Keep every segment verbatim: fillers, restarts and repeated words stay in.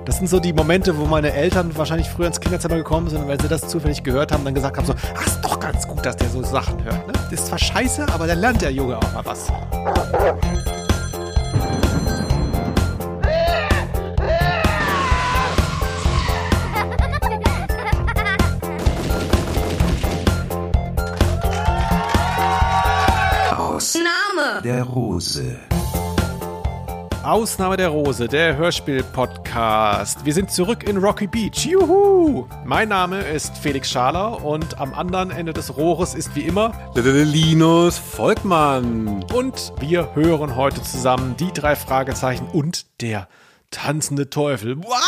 Das sind so die Momente, wo meine Eltern wahrscheinlich früher ins Kinderzimmer gekommen sind und wenn sie das zufällig gehört haben, dann gesagt haben so, ach, ist doch ganz gut, dass der so Sachen hört. Ne? Das ist zwar scheiße, aber dann lernt der Junge auch mal was. Ausnahme der Rose. Ausnahme der Rose, der Hörspiel-Podcast. Wir sind zurück in Rocky Beach. Juhu! Mein Name ist Felix Schaler und am anderen Ende des Rohres ist wie immer Linus Volkmann. Und wir hören heute zusammen die drei Fragezeichen und der tanzende Teufel. Wow!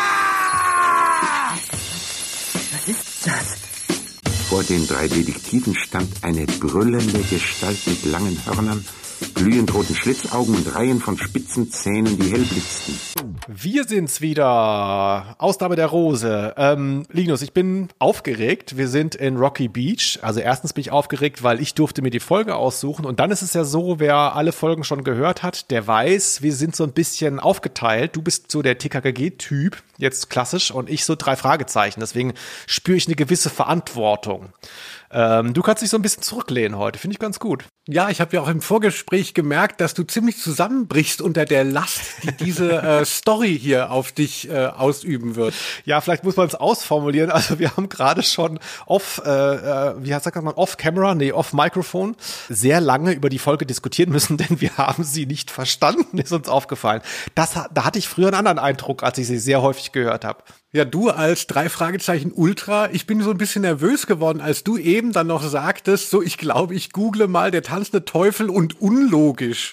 Was ist das? Vor den drei Detektiven stand eine brüllende Gestalt mit langen Hörnern, glühend roten Schlitzaugen und Reihen von spitzen Zähnen, die hell blitzten. Wir sind's wieder. Ausnahme der Rose. Ähm, Linus, ich bin aufgeregt. Wir sind in Rocky Beach. Also erstens bin ich aufgeregt, weil ich durfte mir die Folge aussuchen. Und dann ist es ja so, wer alle Folgen schon gehört hat, der weiß, wir sind so ein bisschen aufgeteilt. Du bist so der T K K G-Typ, jetzt klassisch, und ich so drei Fragezeichen. Deswegen spüre ich eine gewisse Verantwortung. Ähm, du kannst dich so ein bisschen zurücklehnen heute, finde ich ganz gut. Ja, ich habe ja auch im Vorgespräch gemerkt, dass du ziemlich zusammenbrichst unter der Last, die diese äh, Story hier auf dich äh, ausüben wird. Ja, vielleicht muss man es ausformulieren. Also wir haben gerade schon off, äh, äh, wie sagt man, off-Camera, nee, off-Microphone, sehr lange über die Folge diskutieren müssen, denn wir haben sie nicht verstanden, ist uns aufgefallen. Das, da hatte ich früher einen anderen Eindruck, als ich sie sehr häufig gehört habe. Ja, du als drei Fragezeichen Ultra, ich bin so ein bisschen nervös geworden, als du eben dann noch sagtest, so ich glaube, ich google mal der tanzende Teufel und unlogisch.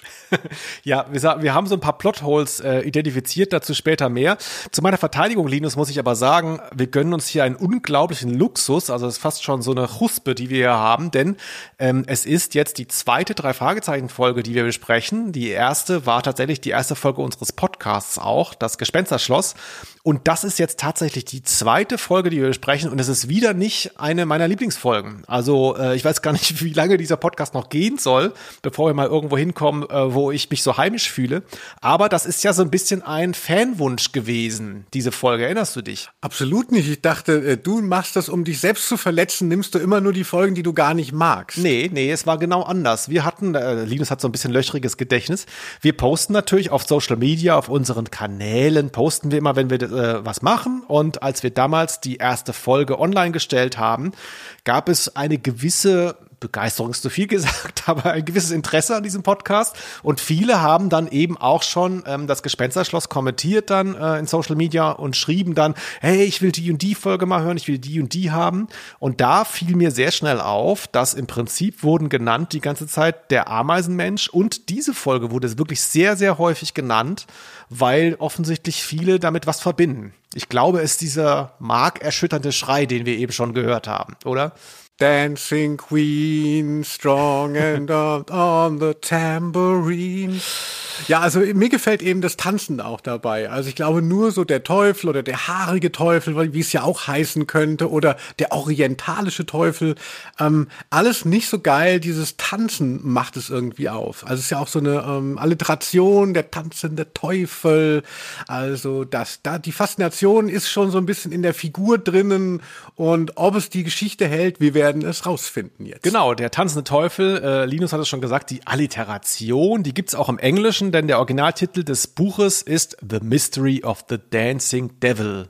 Ja, wir, wir haben so ein paar Plotholes äh, identifiziert, dazu später mehr. Zu meiner Verteidigung, Linus, muss ich aber sagen, wir gönnen uns hier einen unglaublichen Luxus, also es ist fast schon so eine Chuspe, die wir hier haben, denn ähm, es ist jetzt die zweite Drei-Fragezeichen-Folge, die wir besprechen. Die erste war tatsächlich die erste Folge unseres Podcasts auch, das Gespensterschloss. Und das ist jetzt tatsächlich die zweite Folge, die wir besprechen. Und es ist wieder nicht eine meiner Lieblingsfolgen. Also äh, ich weiß gar nicht, wie lange dieser Podcast noch gehen soll, bevor wir mal irgendwo hinkommen, äh, wo ich mich so heimisch fühle. Aber das ist ja so ein bisschen ein Fanwunsch gewesen, diese Folge. Erinnerst du dich? Absolut nicht. Ich dachte, äh, du machst das, um dich selbst zu verletzen, nimmst du immer nur die Folgen, die du gar nicht magst. Nee, nee, es war genau anders. Wir hatten, äh, Linus hat so ein bisschen löchriges Gedächtnis. Wir posten natürlich auf Social Media, auf unseren Kanälen, posten wir immer, wenn wir äh, was machen. Und als wir damals die erste Folge online gestellt haben, gab es eine gewisse Begeisterung ist zu viel gesagt, aber ein gewisses Interesse an diesem Podcast. Und viele haben dann eben auch schon ähm, das Gespensterschloss kommentiert dann äh, in Social Media und schrieben dann, hey, ich will die und die Folge mal hören, ich will die und die haben. Und da fiel mir sehr schnell auf, dass im Prinzip wurden genannt die ganze Zeit der Ameisenmensch. Und diese Folge wurde wirklich sehr, sehr häufig genannt, weil offensichtlich viele damit was verbinden. Ich glaube, es ist dieser markerschütternde Schrei, den wir eben schon gehört haben, oder? Dancing Queen, strong and on the tambourine. Ja, also mir gefällt eben das Tanzen auch dabei. Also ich glaube, nur so der Teufel oder der haarige Teufel, wie es ja auch heißen könnte, oder der orientalische Teufel, ähm, alles nicht so geil. Dieses Tanzen macht es irgendwie auf. Also es ist ja auch so eine ähm, Alliteration, der tanzende Teufel. Also das, da die Faszination ist schon so ein bisschen in der Figur drinnen. Und ob es die Geschichte hält, wir werden es rausfinden jetzt. Genau, der tanzende Teufel, äh, Linus hat es schon gesagt, die Alliteration, die gibt's auch im Englischen, denn der Originaltitel des Buches ist The Mystery of the Dancing Devil.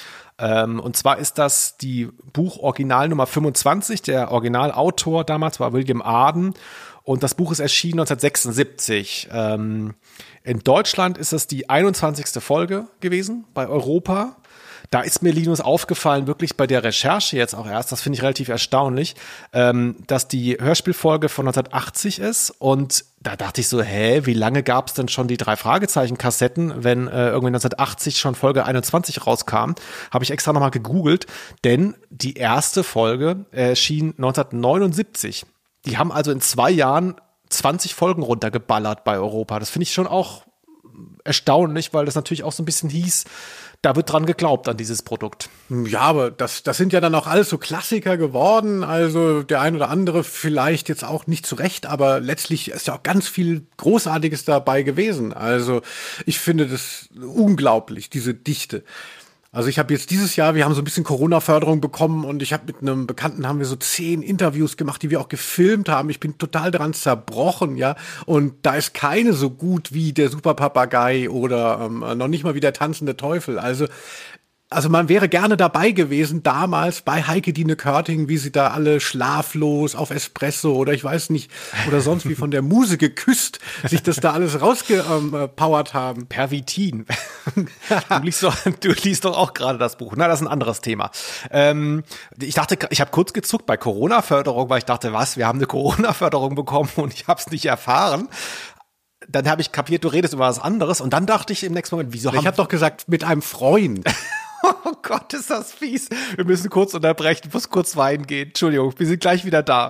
Ähm, und zwar ist das die Buch-Original Nummer fünfundzwanzig, der Originalautor damals war William Arden und das Buch ist erschienen neunzehnhundertsechsundsiebzig. Ähm, in Deutschland ist es die einundzwanzigste Folge gewesen, bei Europa. Da ist mir, Linus, aufgefallen, wirklich bei der Recherche jetzt auch erst, das finde ich relativ erstaunlich, ähm, dass die Hörspielfolge von neunzehnhundertachtzig ist und da dachte ich so, hä, wie lange gab es denn schon die drei Fragezeichen-Kassetten, wenn äh, irgendwie neunzehnhundertachtzig schon Folge einundzwanzig rauskam? Habe ich extra nochmal gegoogelt, denn die erste Folge erschien neunzehnhundertneunundsiebzig. Die haben also in zwei Jahren zwanzig Folgen runtergeballert bei Europa. Das finde ich schon auch erstaunlich, weil das natürlich auch so ein bisschen hieß, da wird dran geglaubt an dieses Produkt. Ja, aber das, das sind ja dann auch alles so Klassiker geworden. Also der ein oder andere vielleicht jetzt auch nicht zurecht, aber letztlich ist ja auch ganz viel Großartiges dabei gewesen. Also ich finde das unglaublich, diese Dichte. Also ich habe jetzt dieses Jahr, wir haben so ein bisschen Corona-Förderung bekommen und ich habe mit einem Bekannten, haben wir so zehn Interviews gemacht, die wir auch gefilmt haben. Ich bin total dran zerbrochen, ja. Und da ist keine so gut wie der Superpapagei oder ähm, noch nicht mal wie der tanzende Teufel. Also Also man wäre gerne dabei gewesen, damals bei Heike Dine Körting, wie sie da alle schlaflos auf Espresso oder ich weiß nicht, oder sonst wie von der Muse geküsst, sich das da alles rausgepowert haben. Pervitin. Du liest doch, du liest doch auch gerade das Buch. Na, das ist ein anderes Thema. Ähm, ich dachte, ich habe kurz gezuckt bei Corona-Förderung, weil ich dachte, was, wir haben eine Corona-Förderung bekommen und ich habe es nicht erfahren. Dann habe ich kapiert, du redest über was anderes und dann dachte ich im nächsten Moment, wieso haben... Ich habe doch gesagt, mit einem Freund. Oh Gott, ist das fies. Wir müssen kurz unterbrechen, ich muss kurz weinen gehen. Entschuldigung, wir sind gleich wieder da.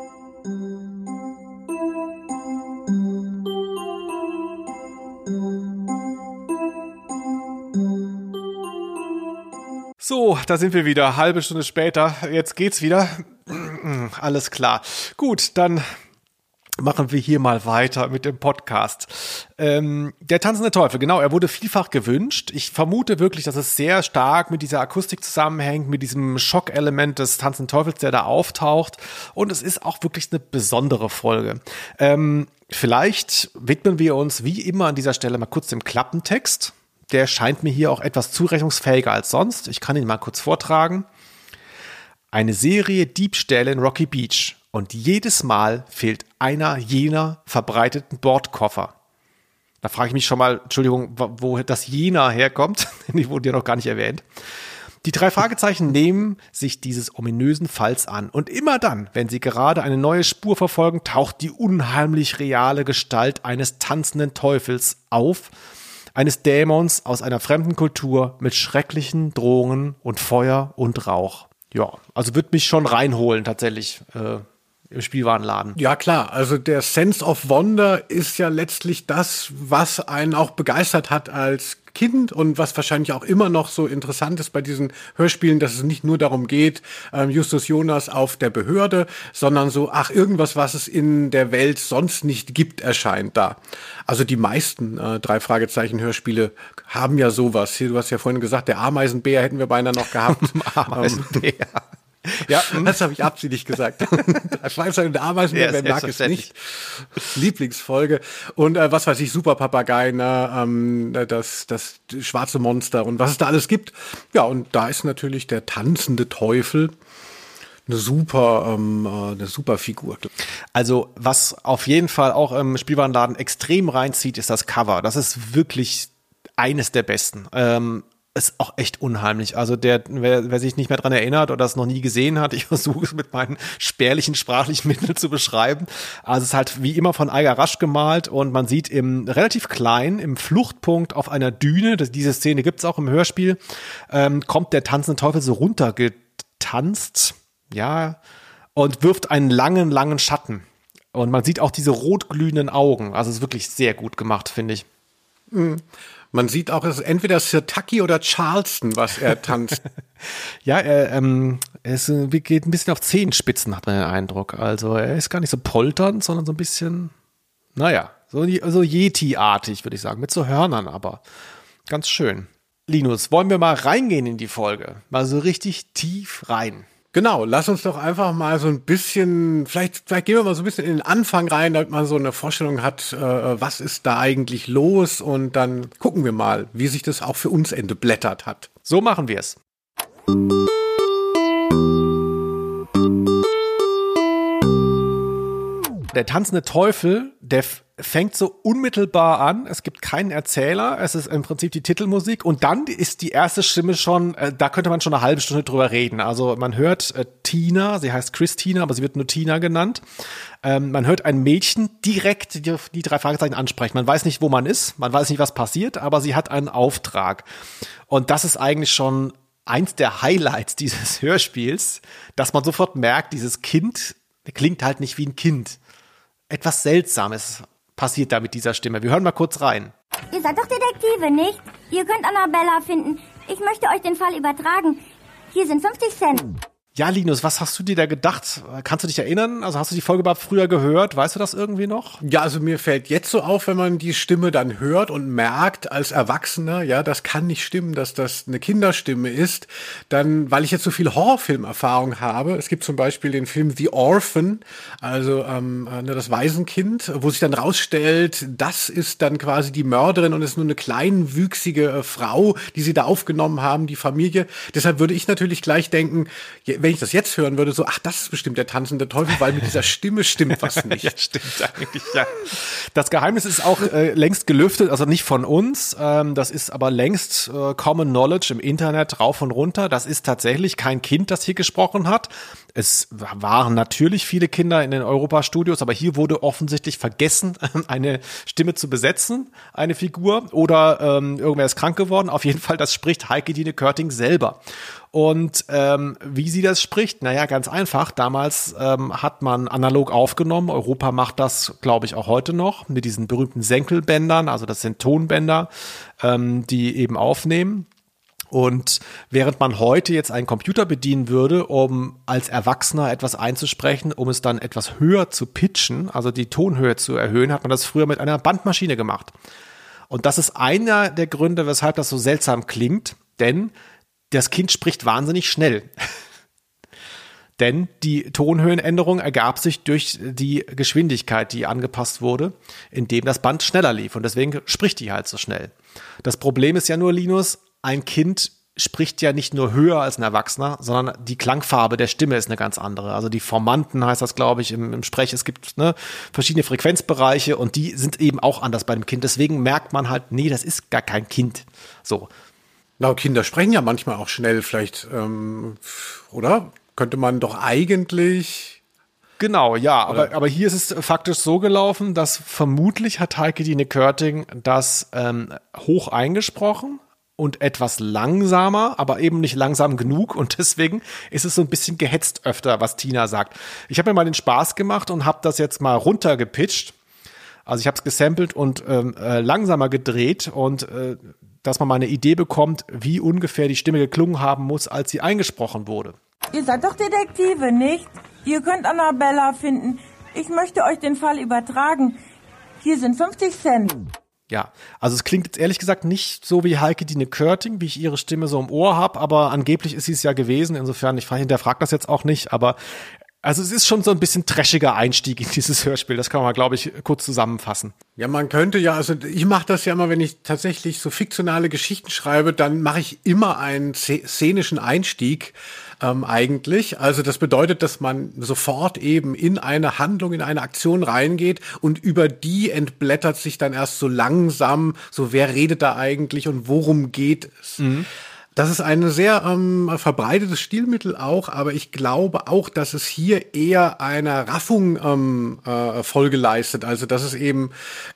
So, da sind wir wieder, halbe Stunde später. Jetzt geht's wieder. Alles klar. Gut, dann machen wir hier mal weiter mit dem Podcast. Ähm, der tanzende Teufel, genau, er wurde vielfach gewünscht. Ich vermute wirklich, dass es sehr stark mit dieser Akustik zusammenhängt, mit diesem Schockelement des tanzenden Teufels, der da auftaucht. Und es ist auch wirklich eine besondere Folge. Ähm, vielleicht widmen wir uns wie immer an dieser Stelle mal kurz dem Klappentext. Der scheint mir hier auch etwas zurechnungsfähiger als sonst. Ich kann ihn mal kurz vortragen. Eine Serie Diebstähle in Rocky Beach. Und jedes Mal fehlt einer jener verbreiteten Bordkoffer. Da frage ich mich schon mal, Entschuldigung, wo das jener herkommt. Die wurden ja noch gar nicht erwähnt. Die drei Fragezeichen nehmen sich dieses ominösen Falls an. Und immer dann, wenn sie gerade eine neue Spur verfolgen, taucht die unheimlich reale Gestalt eines tanzenden Teufels auf. Eines Dämons aus einer fremden Kultur mit schrecklichen Drohungen und Feuer und Rauch. Ja, also wird mich schon reinholen tatsächlich, äh, im Spielwarenladen. Ja klar, also der Sense of Wonder ist ja letztlich das, was einen auch begeistert hat als Kind und was wahrscheinlich auch immer noch so interessant ist bei diesen Hörspielen, dass es nicht nur darum geht, ähm, Justus Jonas auf der Behörde, sondern so, ach, irgendwas, was es in der Welt sonst nicht gibt, erscheint da. Also die meisten äh, drei Fragezeichen Hörspiele haben ja sowas. Hier, du hast ja vorhin gesagt, der Ameisenbär hätten wir beinahe noch gehabt. Ameisenbär. Ja, das habe ich absichtlich gesagt. Der Schweizer und der Ameisenbär, Ja, wer mag es nicht? Lieblingsfolge. Und äh, was weiß ich, Superpapagei, ne, ähm, das, das schwarze Monster und was es da alles gibt. Ja, und da ist natürlich der tanzende Teufel eine super, ähm, eine super Figur. Also was auf jeden Fall auch im Spielwarenladen extrem reinzieht, ist das Cover. Das ist wirklich eines der besten. Ähm, Ist auch echt unheimlich. Also der, wer, wer sich nicht mehr dran erinnert oder es noch nie gesehen hat, ich versuche es mit meinen spärlichen sprachlichen Mitteln zu beschreiben. Also es ist halt wie immer von Eiger Rasch gemalt und man sieht im relativ klein, im Fluchtpunkt auf einer Düne, das, diese Szene gibt's auch im Hörspiel, ähm, kommt der tanzende Teufel so runtergetanzt, ja, und wirft einen langen, langen Schatten. Und man sieht auch diese rotglühenden Augen. Also es ist wirklich sehr gut gemacht, finde ich. Mhm. Man sieht auch, es ist entweder Sirtaki oder Charleston, was er tanzt. Ja, er, ähm, er ist, geht ein bisschen auf Zehenspitzen, hat man den Eindruck. Also er ist gar nicht so polternd, sondern so ein bisschen, naja, so, so Yeti-artig, würde ich sagen. Mit so Hörnern aber. Ganz schön. Linus, wollen wir mal reingehen in die Folge? Mal so richtig tief rein. Genau, lass uns doch einfach mal so ein bisschen, vielleicht, vielleicht gehen wir mal so ein bisschen in den Anfang rein, damit man so eine Vorstellung hat, äh, was ist da eigentlich los und dann gucken wir mal, wie sich das auch für uns entblättert hat. So machen wir es. Der tanzende Teufel, der f- fängt so unmittelbar an. Es gibt keinen Erzähler. Es ist im Prinzip die Titelmusik. Und dann ist die erste Stimme schon, äh, da könnte man schon eine halbe Stunde drüber reden. Also man hört äh, Tina, sie heißt Christina, aber sie wird nur Tina genannt. Ähm, man hört ein Mädchen direkt die, die drei Fragezeichen ansprechen. Man weiß nicht, wo man ist. Man weiß nicht, was passiert, aber sie hat einen Auftrag. Und das ist eigentlich schon eins der Highlights dieses Hörspiels, dass man sofort merkt, dieses Kind klingt halt nicht wie ein Kind. Etwas Seltsames passiert da mit dieser Stimme. Wir hören mal kurz rein. Ihr seid doch Detektive, nicht? Ihr könnt Annabella finden. Ich möchte euch den Fall übertragen. Hier sind fünfzig Cent. Ja, Linus, was hast du dir da gedacht? Kannst du dich erinnern? Also hast du die Folge überhaupt früher gehört? Weißt du das irgendwie noch? Ja, also mir fällt jetzt so auf, wenn man die Stimme dann hört und merkt als Erwachsener, ja, das kann nicht stimmen, dass das eine Kinderstimme ist. Dann, weil ich jetzt so viel Horrorfilmerfahrung habe, es gibt zum Beispiel den Film The Orphan, also ähm, das Waisenkind, wo sich dann rausstellt, das ist dann quasi die Mörderin und ist nur eine kleinwüchsige äh, Frau, die sie da aufgenommen haben, die Familie. Deshalb würde ich natürlich gleich denken, wenn ich das jetzt hören würde, so, ach, das ist bestimmt der tanzende Teufel, weil mit dieser Stimme stimmt was nicht. Ja, stimmt eigentlich, ja. Das Geheimnis ist auch äh, längst gelüftet, also nicht von uns, ähm, das ist aber längst äh, Common Knowledge im Internet rauf und runter. Das ist tatsächlich kein Kind, das hier gesprochen hat. Es waren natürlich viele Kinder in den Europa-Studios, aber hier wurde offensichtlich vergessen, eine Stimme zu besetzen, eine Figur, oder ähm, irgendwer ist krank geworden. Auf jeden Fall, das spricht Heike-Dine Körting selber. Und ähm, wie sie das spricht, naja, ganz einfach. Damals ähm, hat man analog aufgenommen. Europa macht das, glaube ich, auch heute noch mit diesen berühmten Senkelbändern. Also das sind Tonbänder, ähm, die eben aufnehmen. Und während man heute jetzt einen Computer bedienen würde, um als Erwachsener etwas einzusprechen, um es dann etwas höher zu pitchen, also die Tonhöhe zu erhöhen, hat man das früher mit einer Bandmaschine gemacht. Und das ist einer der Gründe, weshalb das so seltsam klingt, denn das Kind spricht wahnsinnig schnell. Denn die Tonhöhenänderung ergab sich durch die Geschwindigkeit, die angepasst wurde, indem das Band schneller lief. Und deswegen spricht die halt so schnell. Das Problem ist ja nur, Linus, ein Kind spricht ja nicht nur höher als ein Erwachsener, sondern die Klangfarbe der Stimme ist eine ganz andere. Also die Formanten heißt das, glaube ich, im, im Sprech. Es gibt ne, verschiedene Frequenzbereiche und die sind eben auch anders bei dem Kind. Deswegen merkt man halt, nee, das ist gar kein Kind. So. Na, Kinder sprechen ja manchmal auch schnell, vielleicht, ähm, oder? Könnte man doch eigentlich... Genau, ja, aber, aber hier ist es faktisch so gelaufen, dass vermutlich hat Heike-Dine Körting das ähm, hoch eingesprochen und etwas langsamer, aber eben nicht langsam genug, und deswegen ist es so ein bisschen gehetzt öfter, was Tina sagt. Ich habe mir mal den Spaß gemacht und habe das jetzt mal runtergepitcht. Also ich habe es gesampelt und ähm, äh, langsamer gedreht, und äh, dass man mal eine Idee bekommt, wie ungefähr die Stimme geklungen haben muss, als sie eingesprochen wurde. Ihr seid doch Detektive, nicht? Ihr könnt Annabella finden. Ich möchte euch den Fall übertragen. Hier sind fünfzig Cent. Ja, also es klingt jetzt ehrlich gesagt nicht so wie Heike-Dine Körting, wie ich ihre Stimme so im Ohr habe, aber angeblich ist sie es ja gewesen. Insofern, ich hinterfrage das jetzt auch nicht, aber also es ist schon so ein bisschen trashiger Einstieg in dieses Hörspiel. Das kann man, glaube ich, kurz zusammenfassen. Ja, man könnte ja, also ich mache das ja immer, wenn ich tatsächlich so fiktionale Geschichten schreibe, dann mache ich immer einen szenischen Einstieg ähm, eigentlich. Also das bedeutet, dass man sofort eben in eine Handlung, in eine Aktion reingeht und über die entblättert sich dann erst so langsam, so wer redet da eigentlich und worum geht es. Mhm. Das ist ein sehr ähm, verbreitetes Stilmittel auch, aber ich glaube auch, dass es hier eher einer Raffung ähm, äh, Folge leistet. Also dass es eben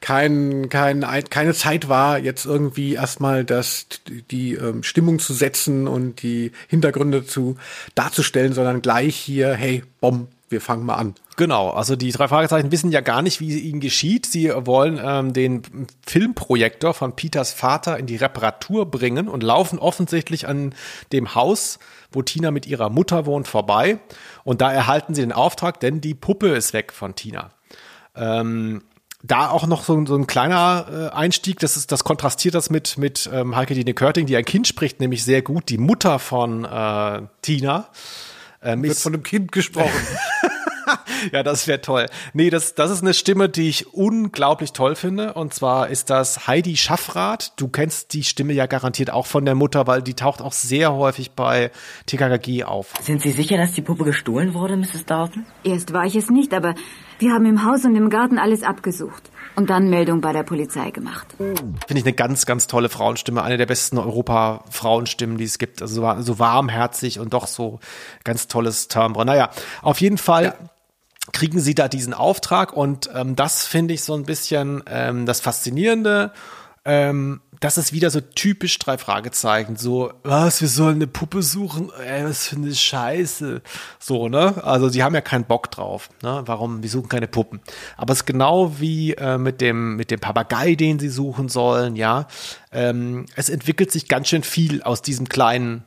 kein, kein, keine Zeit war, jetzt irgendwie erstmal das, die ähm, Stimmung zu setzen und die Hintergründe zu darzustellen, sondern gleich hier, hey, bom, wir fangen mal an. Genau, also die drei Fragezeichen wissen ja gar nicht, wie ihnen geschieht. Sie wollen ähm, den Filmprojektor von Peters Vater in die Reparatur bringen und laufen offensichtlich an dem Haus, wo Tina mit ihrer Mutter wohnt, vorbei. Und da erhalten sie den Auftrag, denn die Puppe ist weg von Tina. Ähm, da auch noch so, so ein kleiner äh, Einstieg, das ist, das kontrastiert das mit, mit ähm, Heike-Dine Körting, die ein Kind spricht, nämlich sehr gut. Die Mutter von äh, Tina. Ähm, Wird von einem Kind gesprochen. Ja, das wäre toll. Nee, das, das ist eine Stimme, die ich unglaublich toll finde. Und zwar ist das Heidi Schaffrath. Du kennst die Stimme ja garantiert auch von der Mutter, weil die taucht auch sehr häufig bei T K K G auf. Sind Sie sicher, dass die Puppe gestohlen wurde, Misses Dalton? Erst war ich es nicht, aber wir haben im Haus und im Garten alles abgesucht. Und dann Meldung bei der Polizei gemacht. Finde ich eine ganz, ganz tolle Frauenstimme. Eine der besten Europa-Frauenstimmen, die es gibt. Also so, so warmherzig und doch so ganz tolles Timbre. Naja, auf jeden Fall ja. kriegen sie da diesen Auftrag. Und ähm, das finde ich so ein bisschen ähm, das Faszinierende. ähm, das ist wieder so typisch drei Fragezeichen, so, was, wir sollen eine Puppe suchen, ey, was für eine Scheiße, so, ne, also sie haben ja keinen Bock drauf, ne, warum, wir suchen keine Puppen, aber es ist genau wie äh, mit dem, mit dem Papagei, den sie suchen sollen, ja, ähm, es entwickelt sich ganz schön viel aus diesem kleinen,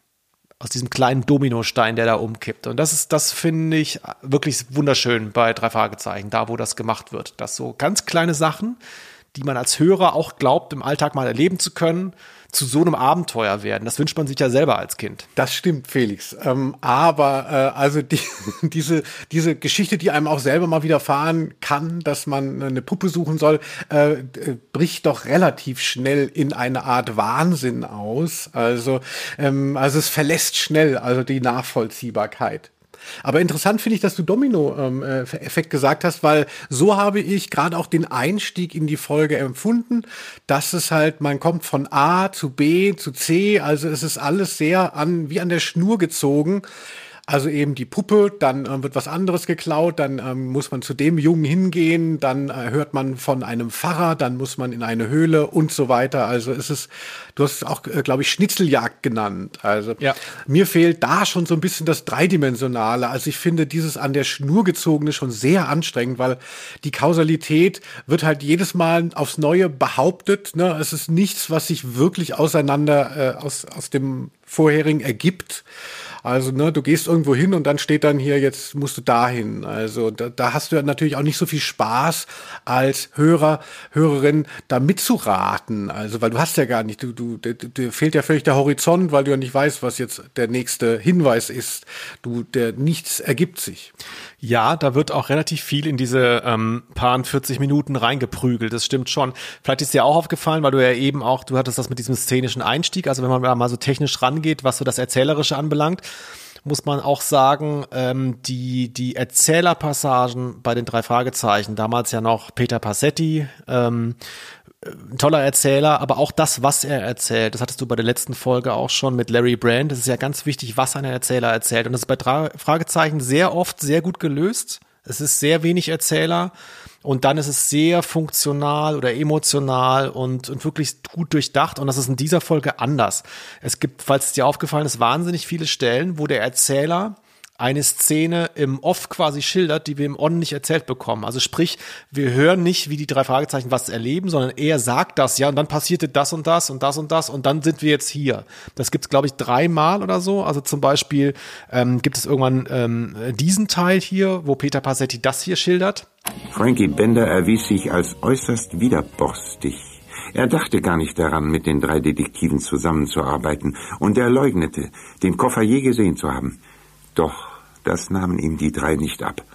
aus diesem kleinen Dominostein, der da umkippt, und das ist, das finde ich wirklich wunderschön bei drei Fragezeichen, da wo das gemacht wird, dass so ganz kleine Sachen, die man als Hörer auch glaubt, im Alltag mal erleben zu können, zu so einem Abenteuer werden. Das wünscht man sich ja selber als Kind. Das stimmt, Felix. Ähm, aber äh, also die, diese diese Geschichte, die einem auch selber mal widerfahren kann, dass man eine Puppe suchen soll, äh, bricht doch relativ schnell in eine Art Wahnsinn aus. Also ähm, also es verlässt schnell also die Nachvollziehbarkeit. Aber interessant finde ich, dass du Domino-Effekt gesagt hast, weil so habe ich gerade auch den Einstieg in die Folge empfunden, dass es halt, man kommt von A zu B zu C, also es ist alles sehr an wie an der Schnur gezogen. Also eben die Puppe, dann äh, wird was anderes geklaut, dann ähm, muss man zu dem Jungen hingehen, dann äh, hört man von einem Pfarrer, dann muss man in eine Höhle und so weiter. Also es ist, du hast es auch, äh, glaube ich, Schnitzeljagd genannt. Also ja. Mir fehlt da schon so ein bisschen das Dreidimensionale. Also ich finde dieses an der Schnur gezogene schon sehr anstrengend, weil die Kausalität wird halt jedes Mal aufs Neue behauptet. Ne? Es ist nichts, was sich wirklich auseinander äh, aus, aus dem vorherigen ergibt. Also, ne, du gehst irgendwo hin und dann steht dann hier, jetzt musst du dahin. Also, da, da hast du ja natürlich auch nicht so viel Spaß als Hörer, Hörerin, da mitzuraten. Also, weil du hast ja gar nicht, du, du, dir fehlt ja völlig der Horizont, weil du ja nicht weißt, was jetzt der nächste Hinweis ist. Du, der nichts ergibt sich. Ja, da wird auch relativ viel in diese ähm, paar vierzig Minuten reingeprügelt, das stimmt schon. Vielleicht ist dir auch aufgefallen, weil du ja eben auch, du hattest das mit diesem szenischen Einstieg, also wenn man da mal so technisch rangeht, was so das Erzählerische anbelangt, muss man auch sagen, ähm, die die Erzählerpassagen bei den drei Fragezeichen, damals ja noch Peter Passetti, ähm, ein toller Erzähler, aber auch das, was er erzählt, das hattest du bei der letzten Folge auch schon mit Larry Brand, das ist ja ganz wichtig, was ein Erzähler erzählt, und das ist bei drei Fragezeichen sehr oft sehr gut gelöst. Es ist sehr wenig Erzähler und dann ist es sehr funktional oder emotional und, und wirklich gut durchdacht, und das ist in dieser Folge anders. Es gibt, falls es dir aufgefallen ist, wahnsinnig viele Stellen, wo der Erzähler eine Szene im Off quasi schildert, die wir im On nicht erzählt bekommen. Also sprich, wir hören nicht, wie die drei Fragezeichen was erleben, sondern er sagt das, ja, und dann passierte das und das und das und das und dann sind wir jetzt hier. Das gibt's, glaube ich, dreimal oder so. Also zum Beispiel ähm, gibt es irgendwann ähm, diesen Teil hier, wo Peter Passetti das hier schildert. Frankie Bender erwies sich als äußerst widerborstig. Er dachte gar nicht daran, mit den drei Detektiven zusammenzuarbeiten, und er leugnete, den Koffer je gesehen zu haben. Doch das nahmen ihm die drei nicht ab.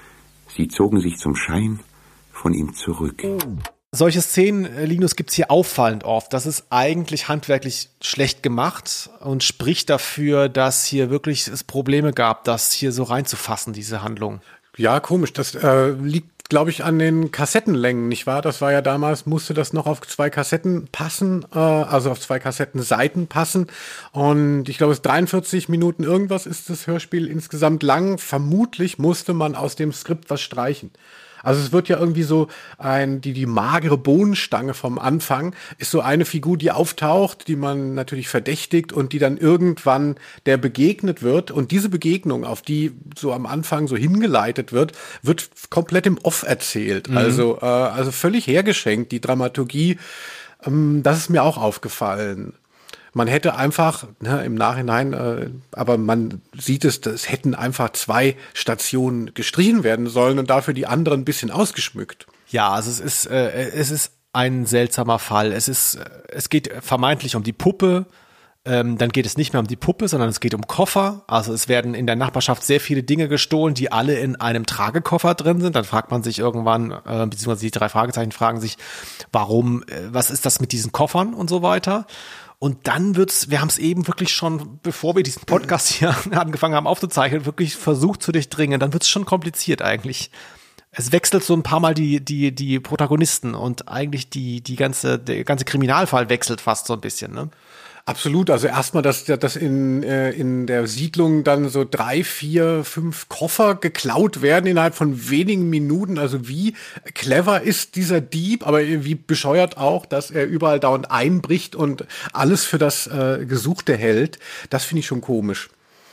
Sie zogen sich zum Schein von ihm zurück. Solche Szenen, Linus, gibt's hier auffallend oft. Das ist eigentlich handwerklich schlecht gemacht und spricht dafür, dass hier wirklich es Probleme gab, das hier so reinzufassen, diese Handlung. Ja, komisch. Das äh, liegt, glaube ich, an den Kassettenlängen, nicht wahr? Das war ja damals, musste das noch auf zwei Kassetten passen, äh, also auf zwei Kassettenseiten passen. Und ich glaube, es ist dreiundvierzig Minuten irgendwas ist das Hörspiel insgesamt lang. Vermutlich musste man aus dem Skript was streichen. Also es wird ja irgendwie so ein, die, die magere Bohnenstange vom Anfang ist so eine Figur, die auftaucht, die man natürlich verdächtigt und die dann irgendwann der begegnet wird. Und diese Begegnung, auf die so am Anfang so hingeleitet wird, wird komplett im Off erzählt. Mhm. Also, äh, also völlig hergeschenkt, die Dramaturgie. Ähm, das ist mir auch aufgefallen. Man hätte einfach, ne, im Nachhinein, äh, aber man sieht es, es hätten einfach zwei Stationen gestrichen werden sollen und dafür die anderen ein bisschen ausgeschmückt. Ja, also es ist, äh, es ist ein seltsamer Fall. Es ist, äh, es geht vermeintlich um die Puppe. Ähm, dann geht es nicht mehr um die Puppe, sondern es geht um Koffer. Also es werden in der Nachbarschaft sehr viele Dinge gestohlen, die alle in einem Tragekoffer drin sind. Dann fragt man sich irgendwann, äh, beziehungsweise die drei Fragezeichen fragen sich, warum, äh, was ist das mit diesen Koffern und so weiter. Und dann wird's, wir haben es eben wirklich schon, bevor wir diesen Podcast hier angefangen haben aufzuzeichnen, wirklich versucht zu durchdringen. Dann wird's schon kompliziert eigentlich. es wechselt so ein paar Mal die, die, die Protagonisten und eigentlich die, die ganze, der ganze Kriminalfall wechselt fast so ein bisschen, ne? Absolut, also erstmal, dass, dass in, äh, in der Siedlung dann so drei, vier, fünf Koffer geklaut werden innerhalb von wenigen Minuten. Also wie clever ist dieser Dieb, aber wie bescheuert auch, dass er überall dauernd einbricht und alles für das äh, Gesuchte hält. Das finde ich schon komisch.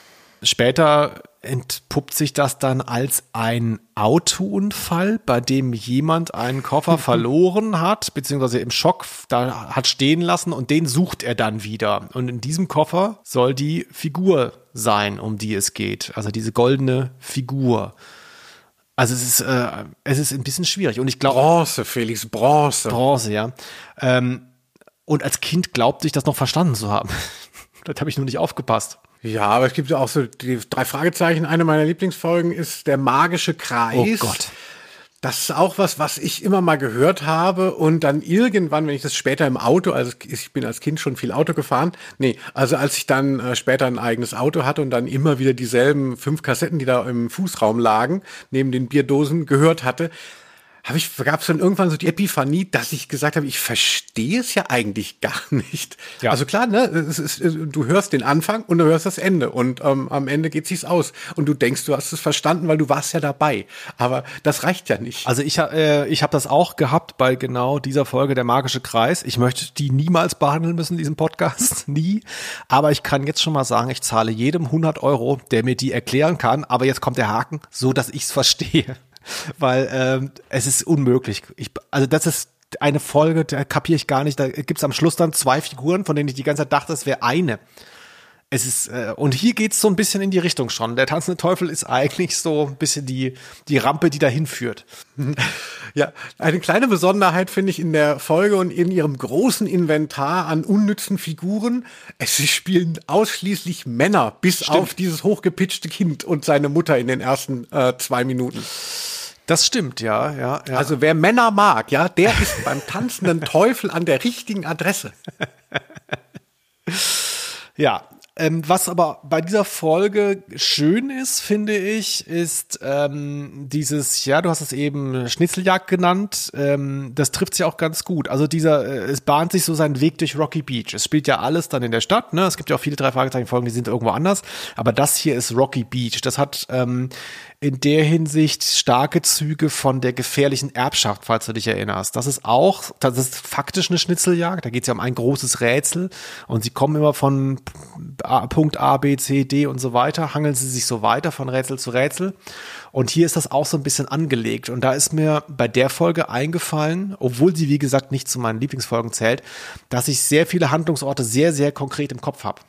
Später entpuppt sich das dann als ein Autounfall, bei dem jemand einen Koffer verloren hat, beziehungsweise im Schock da hat stehen lassen und den sucht er dann wieder. Und in diesem Koffer soll die Figur sein, um die es geht. Also diese goldene Figur. Also es ist, äh, es ist ein bisschen schwierig. Und ich glaube Bronze, Felix, Bronze. Bronze, ja. Ähm, und als Kind glaubte ich das noch verstanden zu haben. Das habe ich nur nicht aufgepasst. Ja, aber es gibt ja auch so die drei Fragezeichen. Eine meiner Lieblingsfolgen ist der magische Kreis. Oh Gott. Das ist auch was, was ich immer mal gehört habe und dann irgendwann, wenn ich das später im Auto, also ich bin als Kind schon viel Auto gefahren, nee, also als ich dann äh, später ein eigenes Auto hatte und dann immer wieder dieselben fünf Kassetten, die da im Fußraum lagen, neben den Bierdosen gehört hatte, habe ich, gab es dann irgendwann so die Epiphanie, dass ich gesagt habe, ich verstehe es ja eigentlich gar nicht. Ja. Also klar, ne, es ist, du hörst den Anfang und du hörst das Ende und ähm, am Ende geht sich's aus und du denkst, du hast es verstanden, weil du warst ja dabei. Aber das reicht ja nicht. Also ich, äh, ich habe das auch gehabt bei genau dieser Folge, der magische Kreis. Ich möchte die niemals behandeln müssen, diesen Podcast, nie. Aber ich kann jetzt schon mal sagen, ich zahle jedem hundert Euro, der mir die erklären kann. Aber jetzt kommt der Haken, so dass ich's verstehe. Weil ähm, es ist unmöglich. Ich, also das ist eine Folge, da kapiere ich gar nicht. Da gibt's am Schluss dann zwei Figuren, von denen ich die ganze Zeit dachte, es wäre eine. Es ist äh, und hier geht's so ein bisschen in die Richtung schon. Der tanzende Teufel ist eigentlich so ein bisschen die die Rampe, die dahin führt. Ja, eine kleine Besonderheit finde ich in der Folge und in ihrem großen Inventar an unnützen Figuren. Es spielen ausschließlich Männer, bis Stimmt. auf dieses hochgepitchte Kind und seine Mutter in den ersten äh, zwei Minuten. Das stimmt, ja, ja, ja. Also wer Männer mag, ja, der ist beim tanzenden Teufel an der richtigen Adresse. Ja, ähm, was aber bei dieser Folge schön ist, finde ich, ist ähm, dieses, ja, du hast es eben Schnitzeljagd genannt, ähm, das trifft sich auch ganz gut. Also dieser, äh, es bahnt sich so seinen Weg durch Rocky Beach. Es spielt ja alles dann in der Stadt, ne? Es gibt ja auch viele drei Fragezeichen-Folgen, die sind irgendwo anders, aber das hier ist Rocky Beach. Das hat ähm, in der Hinsicht starke Züge von der gefährlichen Erbschaft, falls du dich erinnerst. Das ist auch, das ist faktisch eine Schnitzeljagd, da geht es ja um ein großes Rätsel und sie kommen immer von A, Punkt A, B, C, D und so weiter, hangeln sie sich so weiter von Rätsel zu Rätsel und hier ist das auch so ein bisschen angelegt und da ist mir bei der Folge eingefallen, obwohl sie wie gesagt nicht zu meinen Lieblingsfolgen zählt, dass ich sehr viele Handlungsorte sehr, sehr konkret im Kopf habe.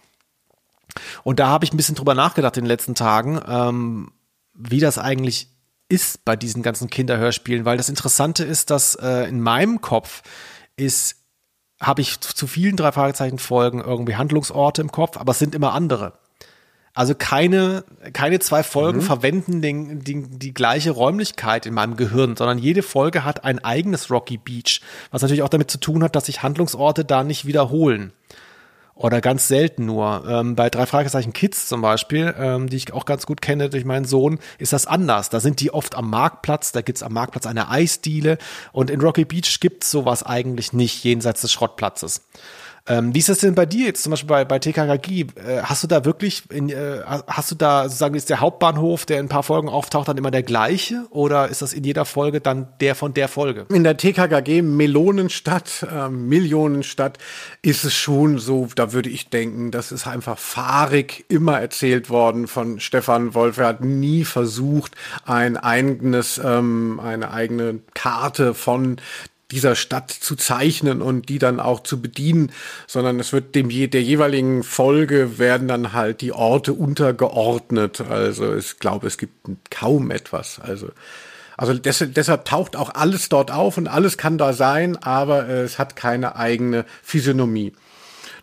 Und da habe ich ein bisschen drüber nachgedacht in den letzten Tagen, ähm, wie das eigentlich ist bei diesen ganzen Kinderhörspielen, weil das Interessante ist, dass äh, in meinem Kopf ist, habe ich zu vielen drei Fragezeichen Folgen irgendwie Handlungsorte im Kopf, aber es sind immer andere. Also keine, keine zwei Folgen mhm. verwenden den, den, die gleiche Räumlichkeit in meinem Gehirn, sondern jede Folge hat ein eigenes Rocky Beach, was natürlich auch damit zu tun hat, dass sich Handlungsorte da nicht wiederholen. Oder ganz selten nur. Ähm, bei drei Fragezeichen Kids zum Beispiel, ähm, die ich auch ganz gut kenne durch meinen Sohn, ist das anders. Da sind die oft am Marktplatz, da gibt's am Marktplatz eine Eisdiele und in Rocky Beach gibt's sowas eigentlich nicht, jenseits des Schrottplatzes. Ähm, wie ist das denn bei dir jetzt, zum Beispiel bei, bei T K K G? Äh, hast du da wirklich, in, äh, hast du da, sozusagen, ist der Hauptbahnhof, der in ein paar Folgen auftaucht, dann immer der gleiche? Oder ist das in jeder Folge dann der von der Folge? In der T K K G Melonenstadt, äh, Millionenstadt, ist es schon so, da würde ich denken, das ist einfach fahrig immer erzählt worden von Stefan Wolf. Er hat nie versucht, ein eigenes, ähm, eine eigene Karte von dieser Stadt zu zeichnen und die dann auch zu bedienen, sondern es wird dem je, der jeweiligen Folge werden dann halt die Orte untergeordnet. Also ich glaube, es gibt kaum etwas. Also also deshalb, deshalb taucht auch alles dort auf und alles kann da sein, aber äh, es hat keine eigene Physiognomie.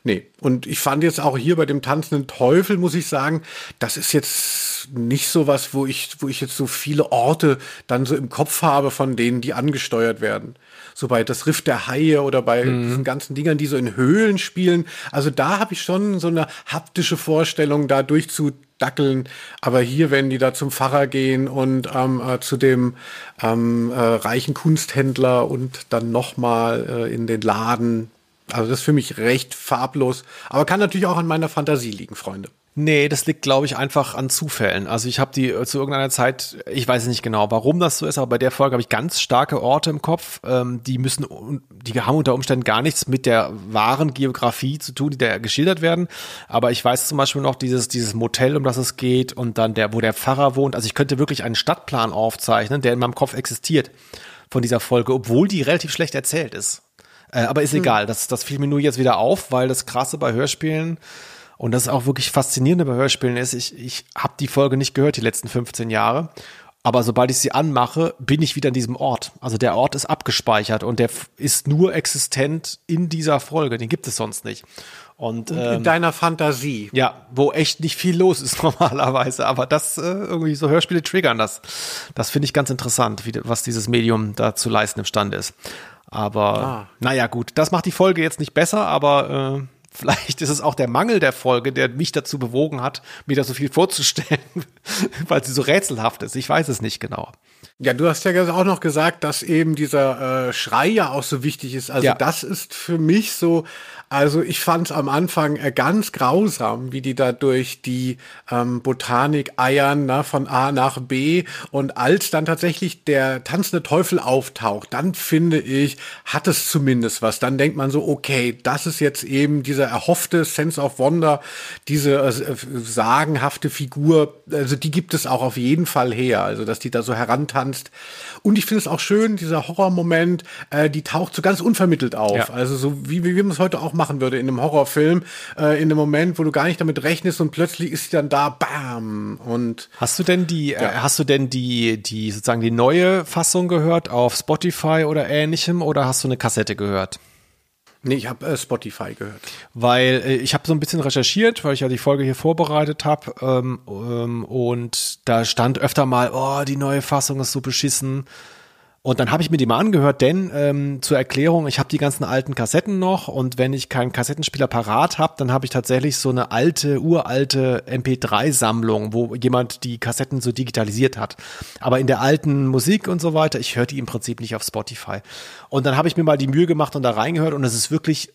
Nee, und ich fand jetzt auch hier bei dem tanzenden Teufel, muss ich sagen, das ist jetzt nicht so was, wo ich, wo ich jetzt so viele Orte dann so im Kopf habe, von denen die angesteuert werden. So bei das Riff der Haie oder bei mhm. diesen ganzen Dingern, die so in Höhlen spielen. Also da habe ich schon so eine haptische Vorstellung, da durchzudackeln. Aber hier, wenn die da zum Pfarrer gehen und ähm, äh, zu dem ähm, äh, reichen Kunsthändler und dann nochmal äh, in den Laden. Also das ist für mich recht farblos. Aber kann natürlich auch an meiner Fantasie liegen, Freunde. Nee, das liegt, glaube ich, einfach an Zufällen. Also ich habe die zu irgendeiner Zeit, ich weiß nicht genau, warum das so ist, aber bei der Folge habe ich ganz starke Orte im Kopf. Ähm, die müssen, die haben unter Umständen gar nichts mit der wahren Geografie zu tun, die da geschildert werden. Aber ich weiß zum Beispiel noch dieses dieses Motel, um das es geht, und dann der, wo der Pfarrer wohnt. Also ich könnte wirklich einen Stadtplan aufzeichnen, der in meinem Kopf existiert von dieser Folge, obwohl die relativ schlecht erzählt ist. Äh, aber ist egal, hm. das, das fiel mir nur jetzt wieder auf, weil das Krasse bei Hörspielen und das ist auch wirklich faszinierende bei Hörspielen ist, ich, ich habe die Folge nicht gehört die letzten fünfzehn Jahre, aber sobald ich sie anmache, bin ich wieder an diesem Ort. Also der Ort ist abgespeichert und der ist nur existent in dieser Folge, den gibt es sonst nicht. Und, und in ähm, deiner Fantasie. Ja, wo echt nicht viel los ist normalerweise, aber das äh, irgendwie so Hörspiele triggern das. Das finde ich ganz interessant, wie, was dieses Medium da zu leisten imstande ist. Aber ah. naja gut, das macht die Folge jetzt nicht besser, aber äh, vielleicht ist es auch der Mangel der Folge, der mich dazu bewogen hat, mir da so viel vorzustellen, weil sie so rätselhaft ist. Ich weiß es nicht genau. Ja, du hast ja auch noch gesagt, dass eben dieser äh, Schrei ja auch so wichtig ist. Also ja. Das ist für mich so, also ich fand es am Anfang äh, ganz grausam, wie die da durch die ähm, Botanik eiern, na, von A nach B. Und als dann tatsächlich der tanzende Teufel auftaucht, dann finde ich, hat es zumindest was. Dann denkt man so, okay, das ist jetzt eben dieser erhoffte Sense of Wonder, diese äh, sagenhafte Figur, also die gibt es auch auf jeden Fall her. Also dass die da so herantanzt. Und ich finde es auch schön, dieser Horrormoment, äh, die taucht so ganz unvermittelt auf. Ja. Also so wie, wie man es heute auch machen würde in einem Horrorfilm, äh, in einem Moment, wo du gar nicht damit rechnest und plötzlich ist sie dann da, bam. Und hast du denn die, ja. äh, hast du denn die, die sozusagen die neue Fassung gehört auf Spotify oder ähnlichem oder hast du eine Kassette gehört? Nee, ich habe äh, Spotify gehört. Weil äh, ich habe so ein bisschen recherchiert, weil ich ja die Folge hier vorbereitet habe ähm, ähm, und da stand öfter mal, oh, die neue Fassung ist so beschissen. Und dann habe ich mir die mal angehört, denn ähm, zur Erklärung, ich habe die ganzen alten Kassetten noch und wenn ich keinen Kassettenspieler parat habe, dann habe ich tatsächlich so eine alte, uralte M P drei Sammlung, wo jemand die Kassetten so digitalisiert hat. Aber in der alten Musik und so weiter, ich höre die im Prinzip nicht auf Spotify. Und dann habe ich mir mal die Mühe gemacht und da reingehört und es ist wirklich,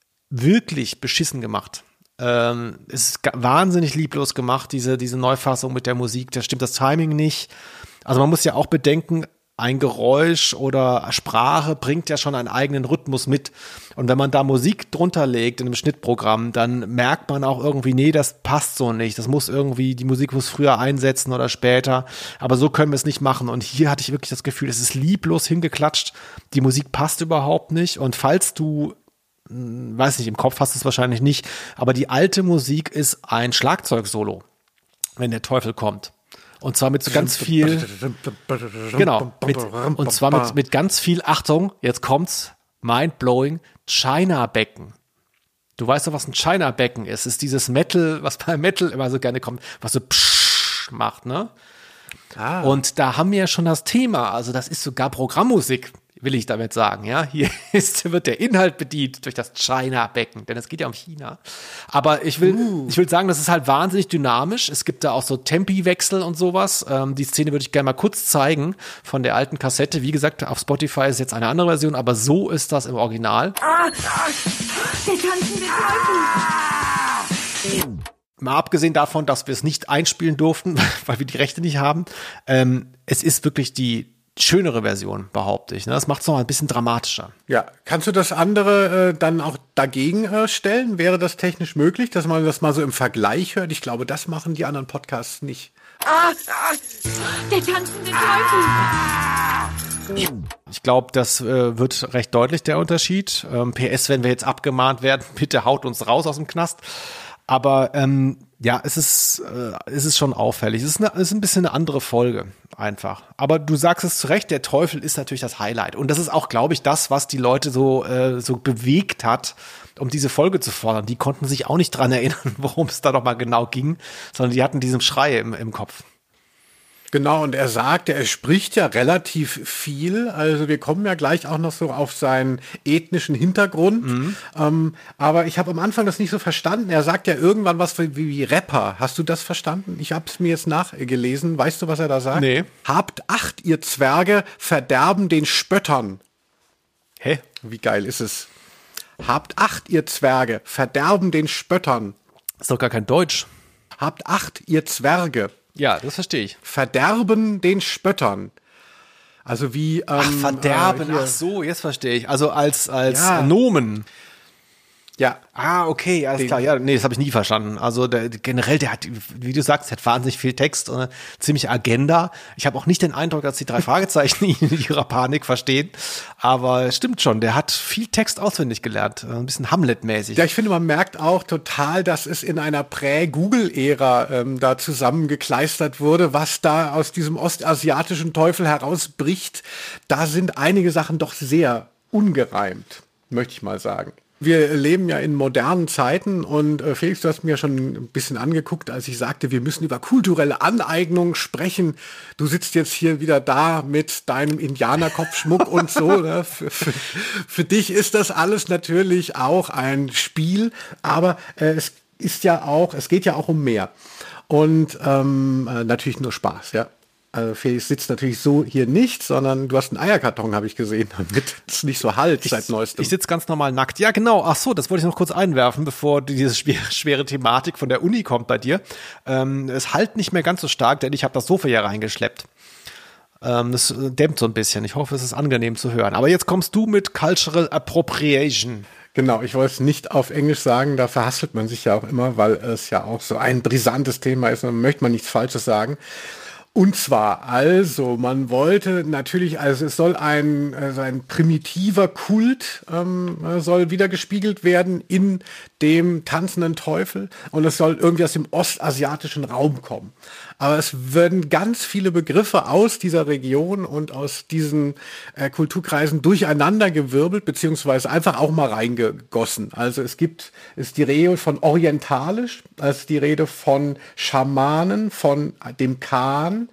wirklich beschissen gemacht. Ähm, es ist wahnsinnig lieblos gemacht, diese, diese Neufassung mit der Musik, da stimmt das Timing nicht. Also man muss ja auch bedenken, ein Geräusch oder Sprache bringt ja schon einen eigenen Rhythmus mit. Und wenn man da Musik drunter legt in einem Schnittprogramm, dann merkt man auch irgendwie, nee, das passt so nicht. Das muss irgendwie, die Musik muss früher einsetzen oder später. Aber so können wir es nicht machen. Und hier hatte ich wirklich das Gefühl, es ist lieblos hingeklatscht. Die Musik passt überhaupt nicht. Und falls du, weiß nicht, im Kopf hast du es wahrscheinlich nicht, aber die alte Musik ist ein Schlagzeugsolo, wenn der Teufel kommt. Und zwar mit so ganz viel, genau, mit, und zwar mit, mit ganz viel, Achtung, jetzt kommt's, mind-blowing, China-Becken. Du weißt doch, was ein China-Becken ist. Es ist dieses Metal, was bei Metal immer so gerne kommt, was so psch macht, ne? Ah. Und da haben wir ja schon das Thema, also das ist sogar Programmmusik, will ich damit sagen, ja. Hier ist, wird der Inhalt bedient durch das China-Becken, denn es geht ja um China. Aber ich will, uh. ich will sagen, das ist halt wahnsinnig dynamisch. Es gibt da auch so Tempi-Wechsel und sowas. Ähm, die Szene würde ich gerne mal kurz zeigen von der alten Kassette. Wie gesagt, auf Spotify ist jetzt eine andere Version, aber so ist das im Original. Ah, ah, der tanzende Teufel. Mal abgesehen davon, dass wir es nicht einspielen durften, weil wir die Rechte nicht haben. Ähm, es ist wirklich die schönere Version, behaupte ich. Ne? Das macht es noch ein bisschen dramatischer. Ja, kannst du das andere äh, dann auch dagegen äh, stellen? Wäre das technisch möglich, dass man das mal so im Vergleich hört? Ich glaube, das machen die anderen Podcasts nicht. Ah, ah, der tanzende Teufel. Ich glaube, das äh, wird recht deutlich, der Unterschied. Ähm, P S, wenn wir jetzt abgemahnt werden, bitte haut uns raus aus dem Knast. Aber ähm, ja, es ist, äh, es ist schon auffällig. Es ist, eine, es ist ein bisschen eine andere Folge einfach. Aber du sagst es zu Recht, der Teufel ist natürlich das Highlight. Und das ist auch, glaube ich, das, was die Leute so, äh, so bewegt hat, um diese Folge zu fordern. Die konnten sich auch nicht dran erinnern, worum es da noch mal genau ging, sondern die hatten diesen Schrei im, im Kopf. Genau, und er sagt, er spricht ja relativ viel, also wir kommen ja gleich auch noch so auf seinen ethnischen Hintergrund, mhm. ähm, aber ich habe am Anfang das nicht so verstanden, er sagt ja irgendwann was wie, wie Rapper, hast du das verstanden? Ich habe es mir jetzt nachgelesen, weißt du, was er da sagt? Nee. Habt Acht, ihr Zwerge, verderben den Spöttern. Hä? Wie geil ist es? Habt Acht, ihr Zwerge, verderben den Spöttern. Ist doch gar kein Deutsch. Habt Acht, ihr Zwerge. Ja, das verstehe ich. Verderben den Spöttern. Also wie... Ähm, ach, verderben, äh, ach so, jetzt verstehe ich. Also als, als ja. Nomen. Ja. Ah, okay, alles Den, klar. Ja, nee, das habe ich nie verstanden. Also der, generell, der hat, wie du sagst, der hat wahnsinnig viel Text und eine ziemlich Agenda. Ich habe auch nicht den Eindruck, dass die drei Fragezeichen ihn in ihrer Panik verstehen. Aber es stimmt schon, der hat viel Text auswendig gelernt. Ein bisschen Hamlet-mäßig. Ja, ich finde, man merkt auch total, dass es in einer Prä-Google-Ära ähm, da zusammengekleistert wurde, was da aus diesem ostasiatischen Teufel herausbricht. Da sind einige Sachen doch sehr ungereimt, möchte ich mal sagen. Wir leben ja in modernen Zeiten und äh, Felix, du hast mir ja schon ein bisschen angeguckt, als ich sagte, wir müssen über kulturelle Aneignung sprechen. Du sitzt jetzt hier wieder da mit deinem Indianerkopfschmuck und so. Ne? Für, für, für dich ist das alles natürlich auch ein Spiel, aber äh, es ist ja auch, es geht ja auch um mehr. Und ähm, äh, natürlich nur Spaß, ja. Also Felix sitzt natürlich so hier nicht, sondern du hast einen Eierkarton, habe ich gesehen, damit es nicht so halt ich, seit neuestem. Ich sitze ganz normal nackt. Ja, genau. Ach so, das wollte ich noch kurz einwerfen, bevor diese schwere, schwere Thematik von der Uni kommt bei dir. Ähm, es halt nicht mehr ganz so stark, denn ich habe das Sofa hier reingeschleppt. Ähm, das dämmt so ein bisschen. Ich hoffe, es ist angenehm zu hören. Aber jetzt kommst du mit Cultural Appropriation. Genau, ich wollte es nicht auf Englisch sagen, da verhaspelt man sich ja auch immer, weil es ja auch so ein brisantes Thema ist und dann möchte man nichts Falsches sagen. Und zwar, also, man wollte natürlich, also es soll ein, also ein primitiver Kult ähm, soll wiedergespiegelt werden in dem tanzenden Teufel und es soll irgendwie aus dem ostasiatischen Raum kommen. Aber es werden ganz viele Begriffe aus dieser Region und aus diesen äh, Kulturkreisen durcheinandergewirbelt, beziehungsweise einfach auch mal reingegossen. Also es gibt, ist die Rede von orientalisch, also die Rede von Schamanen, von dem Khan,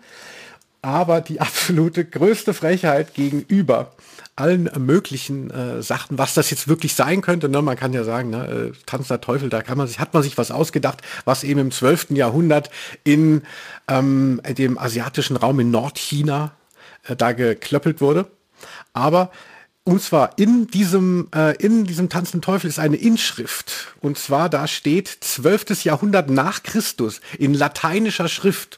aber die absolute größte Frechheit gegenüber allen möglichen äh, Sachen, was das jetzt wirklich sein könnte. Ne? Man kann ja sagen, ne, äh, tanzender Teufel, da kann man sich, hat man sich was ausgedacht, was eben im zwölften Jahrhundert in ähm, dem asiatischen Raum in Nordchina äh, da geklöppelt wurde. Aber und zwar in diesem äh, in diesem tanzenden Teufel ist eine Inschrift. Und zwar da steht zwölftes Jahrhundert nach Christus in lateinischer Schrift.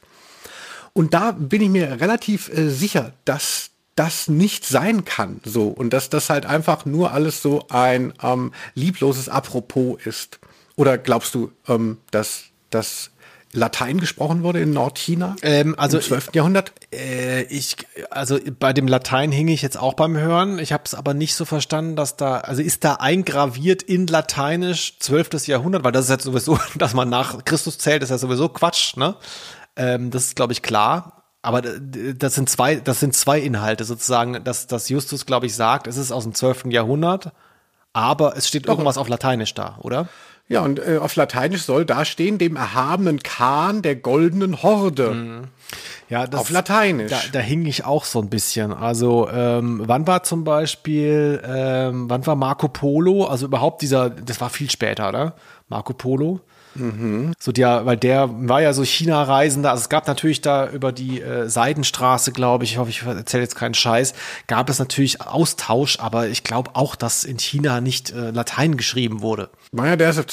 Und da bin ich mir relativ äh, sicher, dass das nicht sein kann, so, und dass das halt einfach nur alles so ein ähm, liebloses Apropos ist. Oder glaubst du, ähm, dass das Latein gesprochen wurde in Nordchina ähm, also im zwölften Jahrhundert? Äh, ich, also bei dem Latein hing ich jetzt auch beim Hören. Ich habe es aber nicht so verstanden, dass da, also ist da eingraviert in Lateinisch zwölftes Jahrhundert, weil das ist jetzt sowieso, dass man nach Christus zählt, ist ja sowieso Quatsch, ne? Ähm, das ist, glaube ich, klar. Aber das sind zwei, das sind zwei Inhalte sozusagen, dass, dass Justus, glaube ich, sagt, es ist aus dem zwölften Jahrhundert, aber es steht irgendwas auf Lateinisch da, oder? Ja, und äh, auf Lateinisch soll da stehen, dem erhabenen Khan der goldenen Horde. Mhm. Ja, das, auf Lateinisch. Da, da hing ich auch so ein bisschen. Also ähm, wann war zum Beispiel, ähm, wann war Marco Polo? Also überhaupt dieser, das war viel später, oder? Marco Polo. Mhm. So der, weil der war ja so China-Reisender, also es gab natürlich da über die äh, Seidenstraße, glaube ich, ich hoffe, ich erzähle jetzt keinen Scheiß, gab es natürlich Austausch, aber ich glaube auch, dass in China nicht äh, Latein geschrieben wurde. Naja, der ist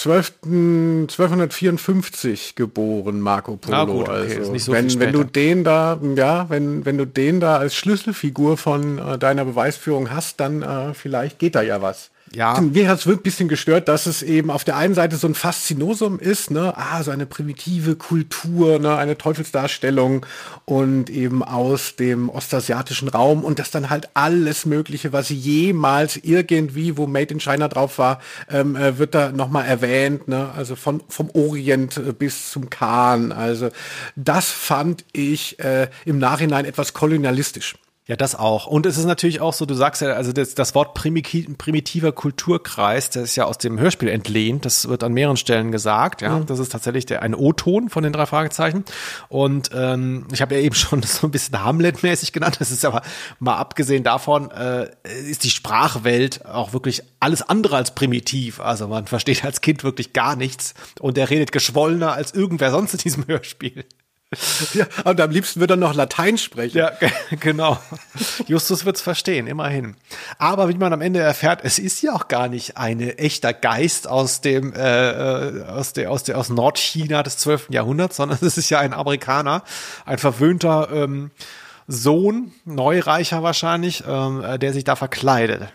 zwölfhundertvierundfünfzig geboren, Marco Polo. Ah, gut, okay, also ist nicht so wenn, viel wenn du später. den da, ja, wenn, wenn du den da als Schlüsselfigur von äh, deiner Beweisführung hast, dann äh, vielleicht geht da ja was. ja. Mir hat es wirklich ein bisschen gestört, dass es eben auf der einen Seite so ein Faszinosum ist, ne, ah, so eine primitive Kultur, ne, eine Teufelsdarstellung und eben aus dem ostasiatischen Raum und das dann halt alles Mögliche, was jemals irgendwie, wo Made in China drauf war, ähm, wird da nochmal erwähnt, ne, also von, vom Orient bis zum Khan, also das fand ich äh, im Nachhinein etwas kolonialistisch. Ja, das auch. Und es ist natürlich auch so, du sagst ja, also das, das Wort primitiver, primitiver Kulturkreis, das ist ja aus dem Hörspiel entlehnt, das wird an mehreren Stellen gesagt, ja, mhm. Das ist tatsächlich der, ein O-Ton von den drei Fragezeichen und ähm, ich habe ja eben schon das so ein bisschen Hamlet-mäßig genannt, das ist aber mal abgesehen davon, äh, ist die Sprachwelt auch wirklich alles andere als primitiv, also man versteht als Kind wirklich gar nichts und er redet geschwollener als irgendwer sonst in diesem Hörspiel. Ja, und am liebsten würde er noch Latein sprechen. Ja, genau. Justus wird's verstehen, immerhin. Aber wie man am Ende erfährt, es ist ja auch gar nicht ein echter Geist aus dem äh, aus der aus der aus Nordchina des zwölften Jahrhunderts, sondern es ist ja ein Amerikaner, ein verwöhnter ähm, Sohn, Neureicher wahrscheinlich, ähm, der sich da verkleidet.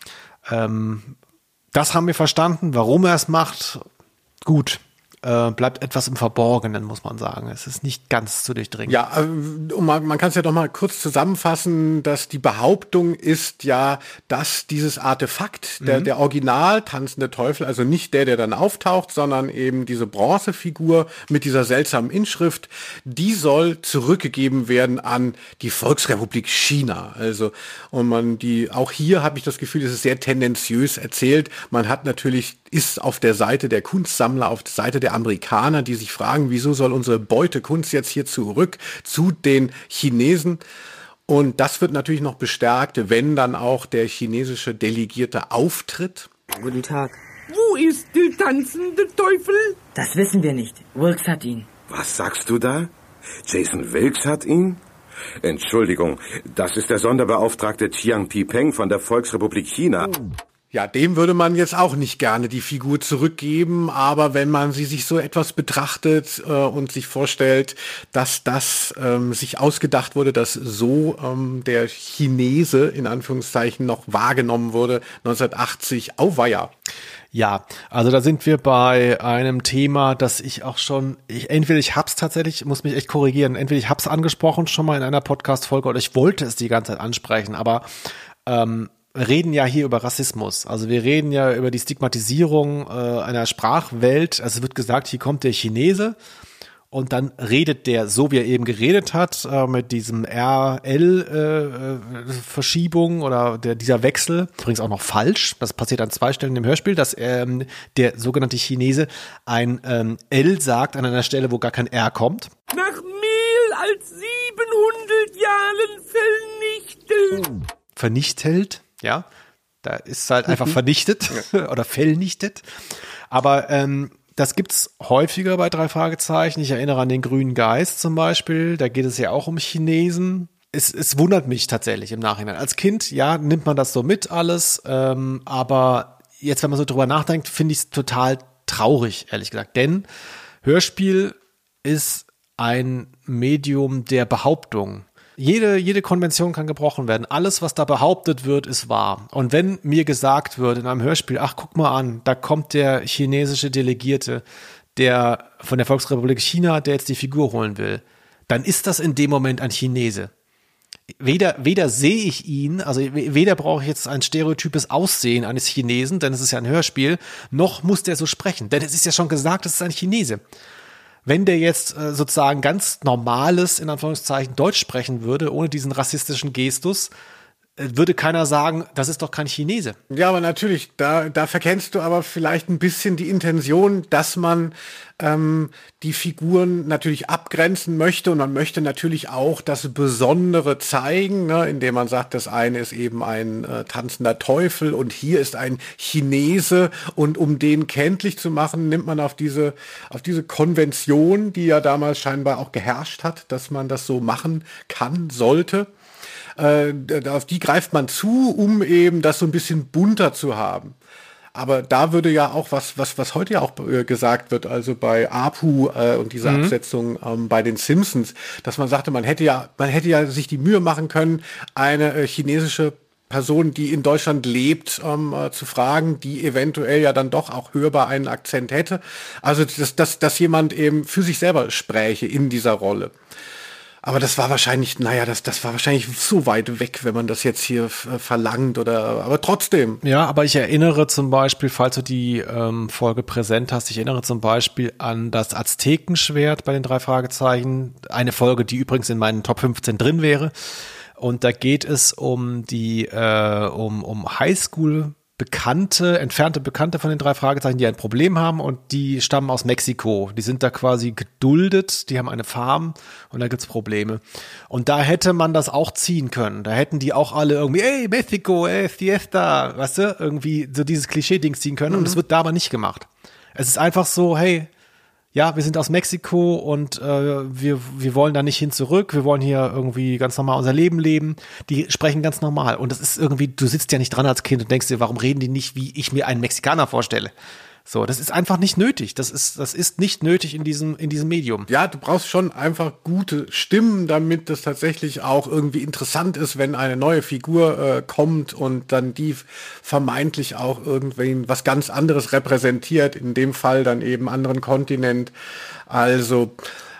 Ähm, das haben wir verstanden, warum er es macht. Gut. Äh, bleibt etwas im Verborgenen, muss man sagen. Es ist nicht ganz zu durchdringen. Ja, äh, man, man kann es ja doch mal kurz zusammenfassen, dass die Behauptung ist ja, dass dieses Artefakt, mhm. der, der Original tanzende Teufel, also nicht der, der dann auftaucht, sondern eben diese Bronzefigur mit dieser seltsamen Inschrift, die soll zurückgegeben werden an die Volksrepublik China. Also, und man die, auch hier habe ich das Gefühl, es ist sehr tendenziös erzählt. Man hat natürlich, ist auf der Seite der Kunstsammler, auf der Seite der Amerikaner, die sich fragen, wieso soll unsere Beutekunst jetzt hier zurück zu den Chinesen? Und das wird natürlich noch bestärkt, wenn dann auch der chinesische Delegierte auftritt. Guten Tag. Wo ist der tanzende Teufel? Das wissen wir nicht. Wilkes hat ihn. Was sagst du da? Jason Wilkes hat ihn? Entschuldigung, das ist der Sonderbeauftragte Chiang Pi-Peng von der Volksrepublik China. Oh. Ja, dem würde man jetzt auch nicht gerne die Figur zurückgeben, aber wenn man sie sich so etwas betrachtet äh, und sich vorstellt, dass das ähm, sich ausgedacht wurde, dass so ähm, der Chinese in Anführungszeichen noch wahrgenommen wurde, neunzehnhundertachtzig, auweia. Ja, also da sind wir bei einem Thema, das ich auch schon, ich, entweder ich hab's tatsächlich, muss mich echt korrigieren, entweder ich hab's angesprochen schon mal in einer Podcast-Folge oder ich wollte es die ganze Zeit ansprechen, aber ähm, wir reden ja hier über Rassismus. Also wir reden ja über die Stigmatisierung äh, einer Sprachwelt. Also es wird gesagt, hier kommt der Chinese und dann redet der, so wie er eben geredet hat, äh, mit diesem R L-Verschiebung äh, oder der, dieser Wechsel. Übrigens auch noch falsch. Das passiert an zwei Stellen im Hörspiel, dass ähm, der sogenannte Chinese ein ähm, L sagt an einer Stelle, wo gar kein R kommt. Nach mehr als siebenhundert Jahren vernichtet. Vernichtet? Ja, da ist halt einfach vernichtet oder vernichtet. Aber ähm, das gibt's häufiger bei drei Fragezeichen. Ich erinnere an den Grünen Geist zum Beispiel. Da geht es ja auch um Chinesen. Es, es wundert mich tatsächlich im Nachhinein. Als Kind, ja, nimmt man das so mit alles. Ähm, aber jetzt, wenn man so drüber nachdenkt, finde ich es total traurig, ehrlich gesagt. Denn Hörspiel ist ein Medium der Behauptung. Jede, jede Konvention kann gebrochen werden. Alles, was da behauptet wird, ist wahr. Und wenn mir gesagt wird in einem Hörspiel, ach, guck mal an, da kommt der chinesische Delegierte, der von der Volksrepublik China, der jetzt die Figur holen will, dann ist das in dem Moment ein Chinese. Weder, weder sehe ich ihn, also weder brauche ich jetzt ein stereotypes Aussehen eines Chinesen, denn es ist ja ein Hörspiel, noch muss der so sprechen. Denn es ist ja schon gesagt, es ist ein Chinese. Wenn der jetzt äh, sozusagen ganz normales, in Anführungszeichen, Deutsch sprechen würde, ohne diesen rassistischen Gestus, äh, würde keiner sagen, das ist doch kein Chinese. Ja, aber natürlich, da, da verkennst du aber vielleicht ein bisschen die Intention, dass man ähm, die Figuren natürlich abgrenzen möchte und man möchte natürlich auch das Besondere zeigen, ne, indem man sagt, das eine ist eben ein äh, tanzender Teufel und hier ist ein Chinese und um den kenntlich zu machen, nimmt man auf diese, auf diese Konvention, die ja damals scheinbar auch geherrscht hat, dass man das so machen kann, sollte. Äh, auf die greift man zu, um eben das so ein bisschen bunter zu haben. Aber da würde ja auch was, was, was heute ja auch äh, gesagt wird, also bei Apu äh, und dieser mhm. Absetzung ähm, bei den Simpsons, dass man sagte, man hätte ja, man hätte ja sich die Mühe machen können, eine äh, chinesische Person, die in Deutschland lebt, ähm, äh, zu fragen, die eventuell ja dann doch auch hörbar einen Akzent hätte. Also dass, dass, dass jemand eben für sich selber spräche in dieser Rolle. Aber das war wahrscheinlich, naja, das, das war wahrscheinlich so weit weg, wenn man das jetzt hier f- verlangt oder, aber trotzdem. Ja, aber ich erinnere zum Beispiel, falls du die ähm, Folge präsent hast, ich erinnere zum Beispiel an das Aztekenschwert bei den drei Fragezeichen. Eine Folge, die übrigens in meinen Top fünfzehn drin wäre. Und da geht es um die, äh, um, um Highschool- Bekannte, entfernte Bekannte von den drei Fragezeichen, die ein Problem haben und die stammen aus Mexiko. Die sind da quasi geduldet, die haben eine Farm und da gibt's Probleme. Und da hätte man das auch ziehen können. Da hätten die auch alle irgendwie, ey, Mexiko, ey, Fiesta, weißt du, irgendwie so dieses Klischee-Dings ziehen können. Mhm. Und das wird da aber nicht gemacht. Es ist einfach so, hey, ja, wir sind aus Mexiko und äh, wir wir wollen da nicht hin zurück, wir wollen hier irgendwie ganz normal unser Leben leben. Die sprechen ganz normal und das ist irgendwie, du sitzt ja nicht dran als Kind und denkst dir, warum reden die nicht, wie ich mir einen Mexikaner vorstelle? So, das ist einfach nicht nötig. Das ist das ist nicht nötig in diesem in diesem Medium. Ja, du brauchst schon einfach gute Stimmen, damit das tatsächlich auch irgendwie interessant ist, wenn eine neue Figur äh, kommt und dann die vermeintlich auch irgendwen was ganz anderes repräsentiert, in dem Fall dann eben anderen Kontinent. Also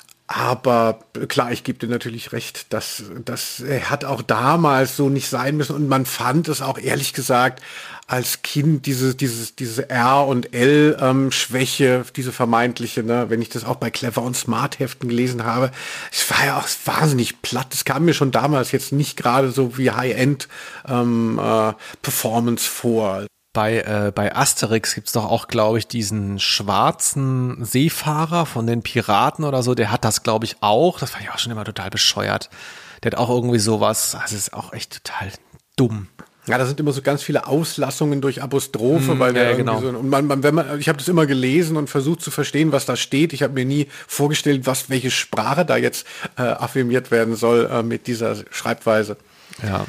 aber klar, ich gebe dir natürlich recht, dass das hat auch damals so nicht sein müssen und man fand es auch ehrlich gesagt als Kind diese dieses diese R und L ähm, Schwäche, diese vermeintliche, ne, wenn ich das auch bei Clever und Smart Heften gelesen habe, es war ja auch wahnsinnig platt. Es kam mir schon damals jetzt nicht gerade so wie High-End ähm, äh, Performance vor. Bei, äh, bei Asterix gibt's doch auch, glaube ich, diesen schwarzen Seefahrer von den Piraten oder so, der hat das, glaube ich, auch. Das fand ich auch schon immer total bescheuert. Der hat auch irgendwie sowas, das ist auch echt total dumm. Ja, da sind immer so ganz viele Auslassungen durch Apostrophe, Mm, weil der ja, irgendwie genau. so, und man, man, wenn man, ich habe das immer gelesen und versucht zu verstehen, was da steht. Ich habe mir nie vorgestellt, was welche Sprache da jetzt äh, affirmiert werden soll äh, mit dieser Schreibweise. Ja.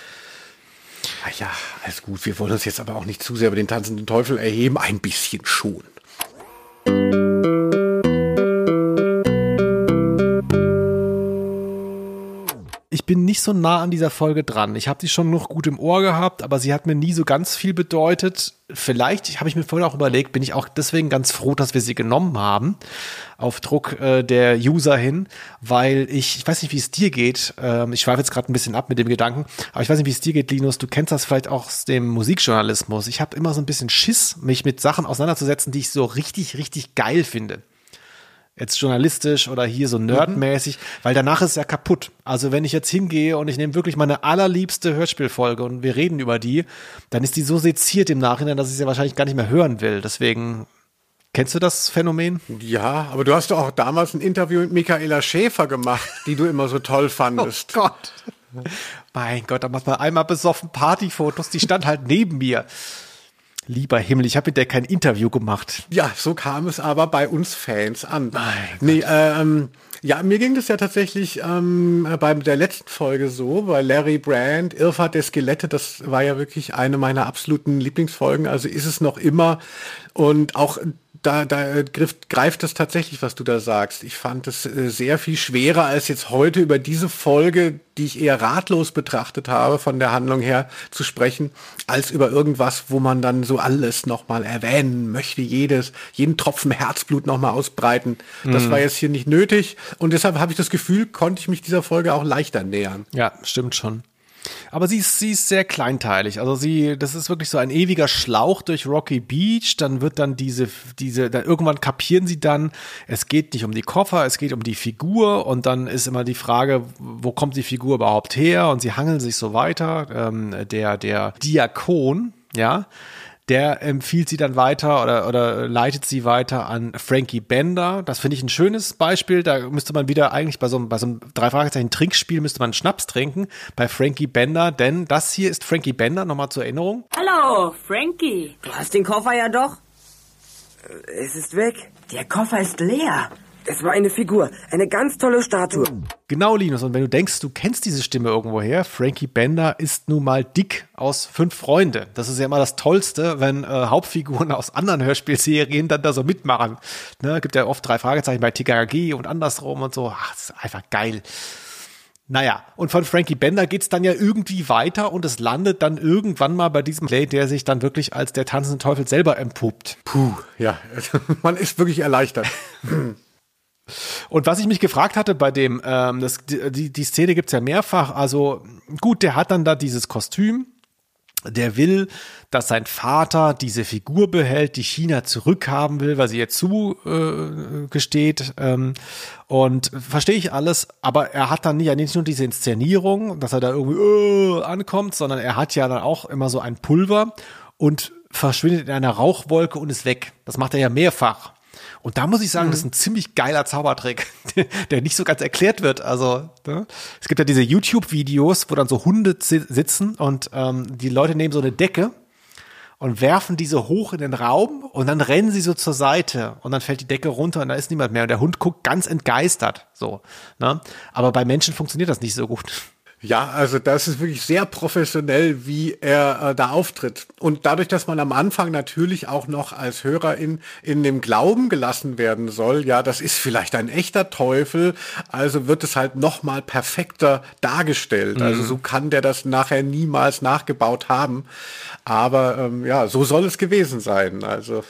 Ah ja, alles gut. Wir wollen uns jetzt aber auch nicht zu sehr über den tanzenden Teufel erheben. Ein bisschen schon. Ich bin nicht so nah an dieser Folge dran. Ich habe die schon noch gut im Ohr gehabt, aber sie hat mir nie so ganz viel bedeutet. Vielleicht habe ich mir vorhin auch überlegt, bin ich auch deswegen ganz froh, dass wir sie genommen haben, auf Druck äh, der User hin, weil ich, ich weiß nicht, wie es dir geht, ähm, ich schweife jetzt gerade ein bisschen ab mit dem Gedanken, aber ich weiß nicht, wie es dir geht, Linus, du kennst das vielleicht auch aus dem Musikjournalismus. Ich habe immer so ein bisschen Schiss, mich mit Sachen auseinanderzusetzen, die ich so richtig, richtig geil finde. Jetzt journalistisch oder hier so nerdmäßig, mhm. weil danach ist es ja kaputt. Also wenn ich jetzt hingehe und ich nehme wirklich meine allerliebste Hörspielfolge und wir reden über die, dann ist die so seziert im Nachhinein, dass ich sie wahrscheinlich gar nicht mehr hören will. Deswegen, kennst du das Phänomen? Ja, aber du hast doch auch damals ein Interview mit Michaela Schäfer gemacht, die du immer so toll fandest. Oh Gott. Mein Gott, da macht man einmal besoffen Partyfotos, die stand halt neben mir. Lieber Himmel, ich habe mit der kein Interview gemacht. Ja, so kam es aber bei uns Fans an. Nee, ähm, ja, mir ging das ja tatsächlich ähm, bei der letzten Folge so, bei Larry Brand, Irrfahrt der Skelette, das war ja wirklich eine meiner absoluten Lieblingsfolgen, also ist es noch immer und auch Da, da greift, greift das tatsächlich, was du da sagst. Ich fand es äh, sehr viel schwerer, als jetzt heute über diese Folge, die ich eher ratlos betrachtet habe, von der Handlung her zu sprechen, als über irgendwas, wo man dann so alles nochmal erwähnen möchte, jedes, jeden Tropfen Herzblut nochmal ausbreiten. Das mhm. war jetzt hier nicht nötig und deshalb habe ich das Gefühl, konnte ich mich dieser Folge auch leichter nähern. Ja, stimmt schon. Aber sie ist, sie ist sehr kleinteilig. Also sie, das ist wirklich so ein ewiger Schlauch durch Rocky Beach. Dann wird dann diese, diese, dann irgendwann kapieren sie dann, es geht nicht um die Koffer, es geht um die Figur. Und dann ist immer die Frage, wo kommt die Figur überhaupt her? Und sie hangeln sich so weiter. Ähm, der, der Diakon, ja, der empfiehlt sie dann weiter oder, oder leitet sie weiter an Frankie Bender. Das finde ich ein schönes Beispiel. Da müsste man wieder eigentlich bei so einem, bei so einem drei Fragezeichen Trinkspiel müsste man Schnaps trinken bei Frankie Bender, denn das hier ist Frankie Bender, nochmal zur Erinnerung. Hallo, Frankie. Du hast den Koffer ja doch. Es ist weg. Der Koffer ist leer. Es war eine Figur, eine ganz tolle Statue. Genau, Linus. Und wenn du denkst, du kennst diese Stimme irgendwoher, Frankie Bender ist nun mal Dick aus Fünf Freunde. Das ist ja immer das Tollste, wenn äh, Hauptfiguren aus anderen Hörspielserien dann da so mitmachen. Ne, gibt ja oft drei Fragezeichen bei T K K G und andersrum und so. Ach, das ist einfach geil. Naja, und von Frankie Bender geht's dann ja irgendwie weiter und es landet dann irgendwann mal bei diesem Play, der sich dann wirklich als der tanzende Teufel selber entpuppt. Puh, ja, man ist wirklich erleichtert. Und was ich mich gefragt hatte bei dem, ähm, das, die, die Szene gibt's ja mehrfach, also gut, der hat dann da dieses Kostüm, der will, dass sein Vater diese Figur behält, die China zurückhaben will, weil sie jetzt zugesteht. Äh, ähm, und verstehe ich alles, aber er hat dann ja nicht nur diese Inszenierung, dass er da irgendwie äh, ankommt, sondern er hat ja dann auch immer so ein Pulver und verschwindet in einer Rauchwolke und ist weg. Das macht er ja mehrfach. Und da muss ich sagen, mhm. das ist ein ziemlich geiler Zaubertrick, der nicht so ganz erklärt wird. Also ne? Es gibt ja diese YouTube-Videos, wo dann so Hunde sitzen und ähm, die Leute nehmen so eine Decke und werfen diese hoch in den Raum und dann rennen sie so zur Seite und dann fällt die Decke runter und da ist niemand mehr. Und der Hund guckt ganz entgeistert. So, ne? Aber bei Menschen funktioniert das nicht so gut. Ja, also das ist wirklich sehr professionell, wie er äh, da auftritt. Und dadurch, dass man am Anfang natürlich auch noch als Hörerin in dem Glauben gelassen werden soll, ja, das ist vielleicht ein echter Teufel, also wird es halt noch mal perfekter dargestellt. Mhm. Also so kann der das nachher niemals nachgebaut haben. Aber ähm, ja, so soll es gewesen sein. Also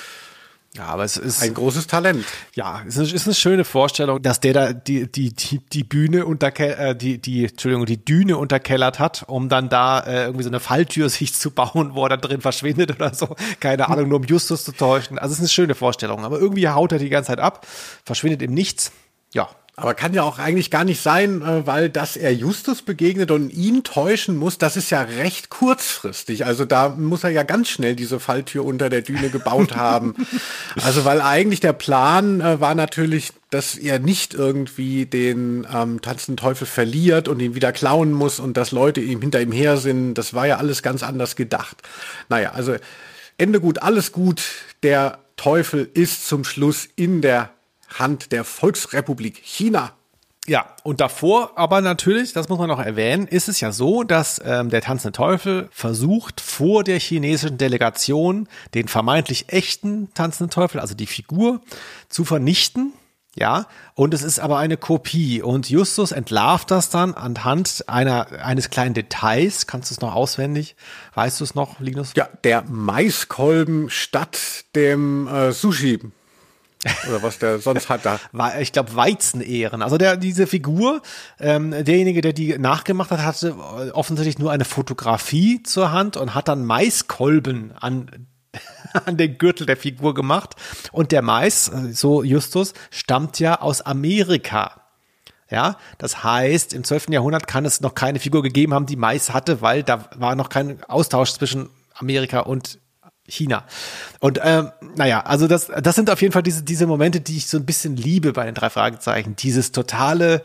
ja, aber es ist ein großes Talent. Ja, es ist, ist eine schöne Vorstellung, dass der da die die die, die Bühne unterke äh, die die Entschuldigung die Düne unterkellert hat, um dann da äh, irgendwie so eine Falltür sich zu bauen, wo er da drin verschwindet oder so. Keine Ahnung, nur um Justus zu täuschen. Also es ist eine schöne Vorstellung. Aber irgendwie haut er die ganze Zeit ab, verschwindet im Nichts. Ja. Aber kann ja auch eigentlich gar nicht sein, weil dass er Justus begegnet und ihn täuschen muss, das ist ja recht kurzfristig. Also da muss er ja ganz schnell diese Falltür unter der Düne gebaut haben. Also weil eigentlich der Plan äh, war natürlich, dass er nicht irgendwie den ähm, tanzenden Teufel verliert und ihn wieder klauen muss und dass Leute ihm hinter ihm her sind. Das war ja alles ganz anders gedacht. Naja, also Ende gut, alles gut. Der Teufel ist zum Schluss in der Hand der Volksrepublik China. Ja, und davor aber natürlich, das muss man noch erwähnen, ist es ja so, dass ähm, der tanzende Teufel versucht, vor der chinesischen Delegation den vermeintlich echten tanzenden Teufel, also die Figur, zu vernichten. Ja, und es ist aber eine Kopie und Justus entlarvt das dann anhand einer eines kleinen Details. Kannst du es noch auswendig? Weißt du es noch, Linus? Ja, der Maiskolben statt dem äh, Sushi. Oder was der sonst hat da. Ich glaube Weizenehren. Also der diese Figur, ähm, derjenige, der die nachgemacht hat, hatte offensichtlich nur eine Fotografie zur Hand und hat dann Maiskolben an an den Gürtel der Figur gemacht. Und der Mais, so Justus, stammt ja aus Amerika. Ja, das heißt, im zwölften Jahrhundert kann es noch keine Figur gegeben haben, die Mais hatte, weil da war noch kein Austausch zwischen Amerika und China. Und ähm, naja, also das, das sind auf jeden Fall diese, diese Momente, die ich so ein bisschen liebe bei den drei Fragezeichen. Dieses totale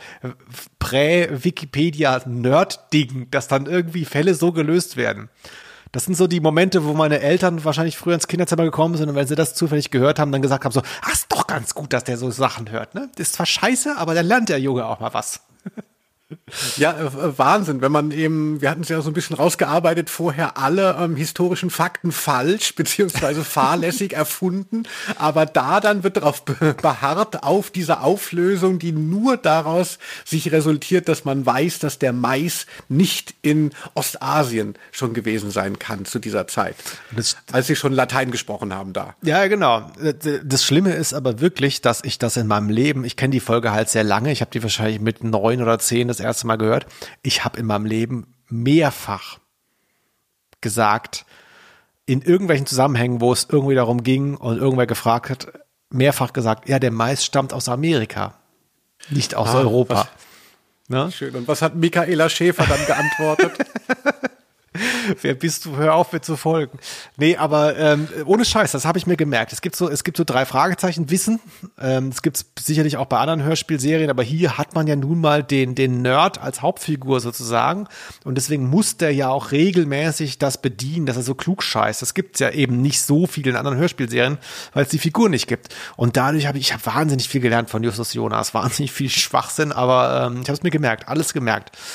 Prä-Wikipedia-Nerd-Ding, dass dann irgendwie Fälle so gelöst werden. Das sind so die Momente, wo meine Eltern wahrscheinlich früher ins Kinderzimmer gekommen sind und wenn sie das zufällig gehört haben, dann gesagt haben so, ach, ist doch ganz gut, dass der so Sachen hört, ne? Das ist zwar scheiße, aber dann lernt der Junge auch mal was. Ja, äh, Wahnsinn, wenn man eben, wir hatten es ja so ein bisschen rausgearbeitet, vorher alle ähm, historischen Fakten falsch beziehungsweise fahrlässig erfunden, aber da dann wird darauf be- beharrt, auf diese Auflösung, die nur daraus sich resultiert, dass man weiß, dass der Mais nicht in Ostasien schon gewesen sein kann zu dieser Zeit, das, als sie schon Latein gesprochen haben da. Ja, genau. Das Schlimme ist aber wirklich, dass ich das in meinem Leben, ich kenne die Folge halt sehr lange, ich habe die wahrscheinlich mit neun oder zehn das erste Mal gehört. Ich habe in meinem Leben mehrfach gesagt, in irgendwelchen Zusammenhängen, wo es irgendwie darum ging und irgendwer gefragt hat, mehrfach gesagt, ja, der Mais stammt aus Amerika, nicht aus ah, Europa. Ne? Schön. Und was hat Michaela Schäfer dann geantwortet? Wer bist du? Hör auf, mir zu folgen. Nee, aber ähm, ohne Scheiß, das habe ich mir gemerkt. Es gibt so, es gibt so drei Fragezeichen Wissen. Ähm, es gibt sicherlich auch bei anderen Hörspielserien, aber hier hat man ja nun mal den den Nerd als Hauptfigur sozusagen und deswegen muss der ja auch regelmäßig das bedienen, dass er so klug scheißt. Das gibt's ja eben nicht so viel in anderen Hörspielserien, weil es die Figur nicht gibt. Und dadurch habe ich, ich habe wahnsinnig viel gelernt von Justus Jonas, wahnsinnig viel Schwachsinn, aber ähm, ich habe es mir gemerkt, alles gemerkt.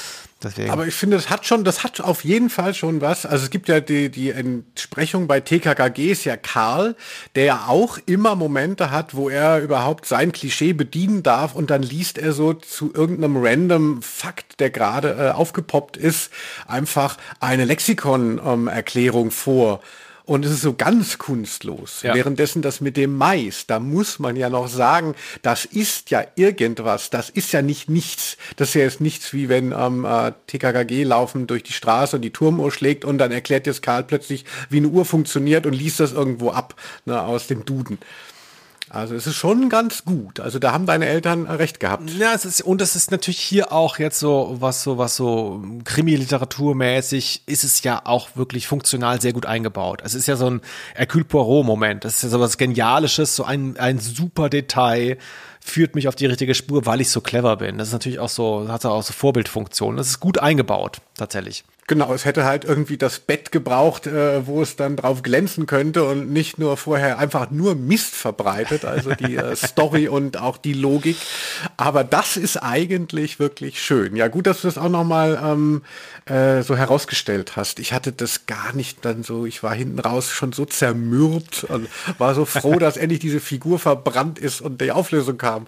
Deswegen. Aber ich finde, das hat schon, das hat auf jeden Fall schon was. Also es gibt ja die, die Entsprechung bei T K K G ist ja Karl, der ja auch immer Momente hat, wo er überhaupt sein Klischee bedienen darf und dann liest er so zu irgendeinem random Fakt, der gerade äh, aufgepoppt ist, einfach eine Lexikon-Erklärung ähm, vor. Und es ist so ganz kunstlos. Ja. Währenddessen das mit dem Mais, da muss man ja noch sagen, das ist ja irgendwas, das ist ja nicht nichts. Das ist ja jetzt nichts, wie wenn ähm, äh, T K K G laufen durch die Straße und die Turmuhr schlägt und dann erklärt jetzt Karl plötzlich, wie eine Uhr funktioniert und liest das irgendwo ab, ne, aus dem Duden. Also es ist schon ganz gut. Also da haben deine Eltern recht gehabt. Ja, es ist, und es ist natürlich hier auch jetzt so, was so, was so Krimi-Literaturmäßig ist es ja auch wirklich funktional sehr gut eingebaut. Es ist ja so ein Hercule Poirot-Moment. Das ist ja so was Genialisches, so ein, ein super Detail, führt mich auf die richtige Spur, weil ich so clever bin. Das ist natürlich auch so, hat auch so Vorbildfunktion. Das ist gut eingebaut, tatsächlich. Genau, es hätte halt irgendwie das Bett gebraucht, äh, wo es dann drauf glänzen könnte und nicht nur vorher einfach nur Mist verbreitet, also die äh, Story und auch die Logik. Aber das ist eigentlich wirklich schön. Ja, gut, dass du das auch nochmal ähm, äh, so herausgestellt hast. Ich hatte das gar nicht dann so, ich war hinten raus schon so zermürbt und war so froh, dass endlich diese Figur verbrannt ist und die Auflösung kam.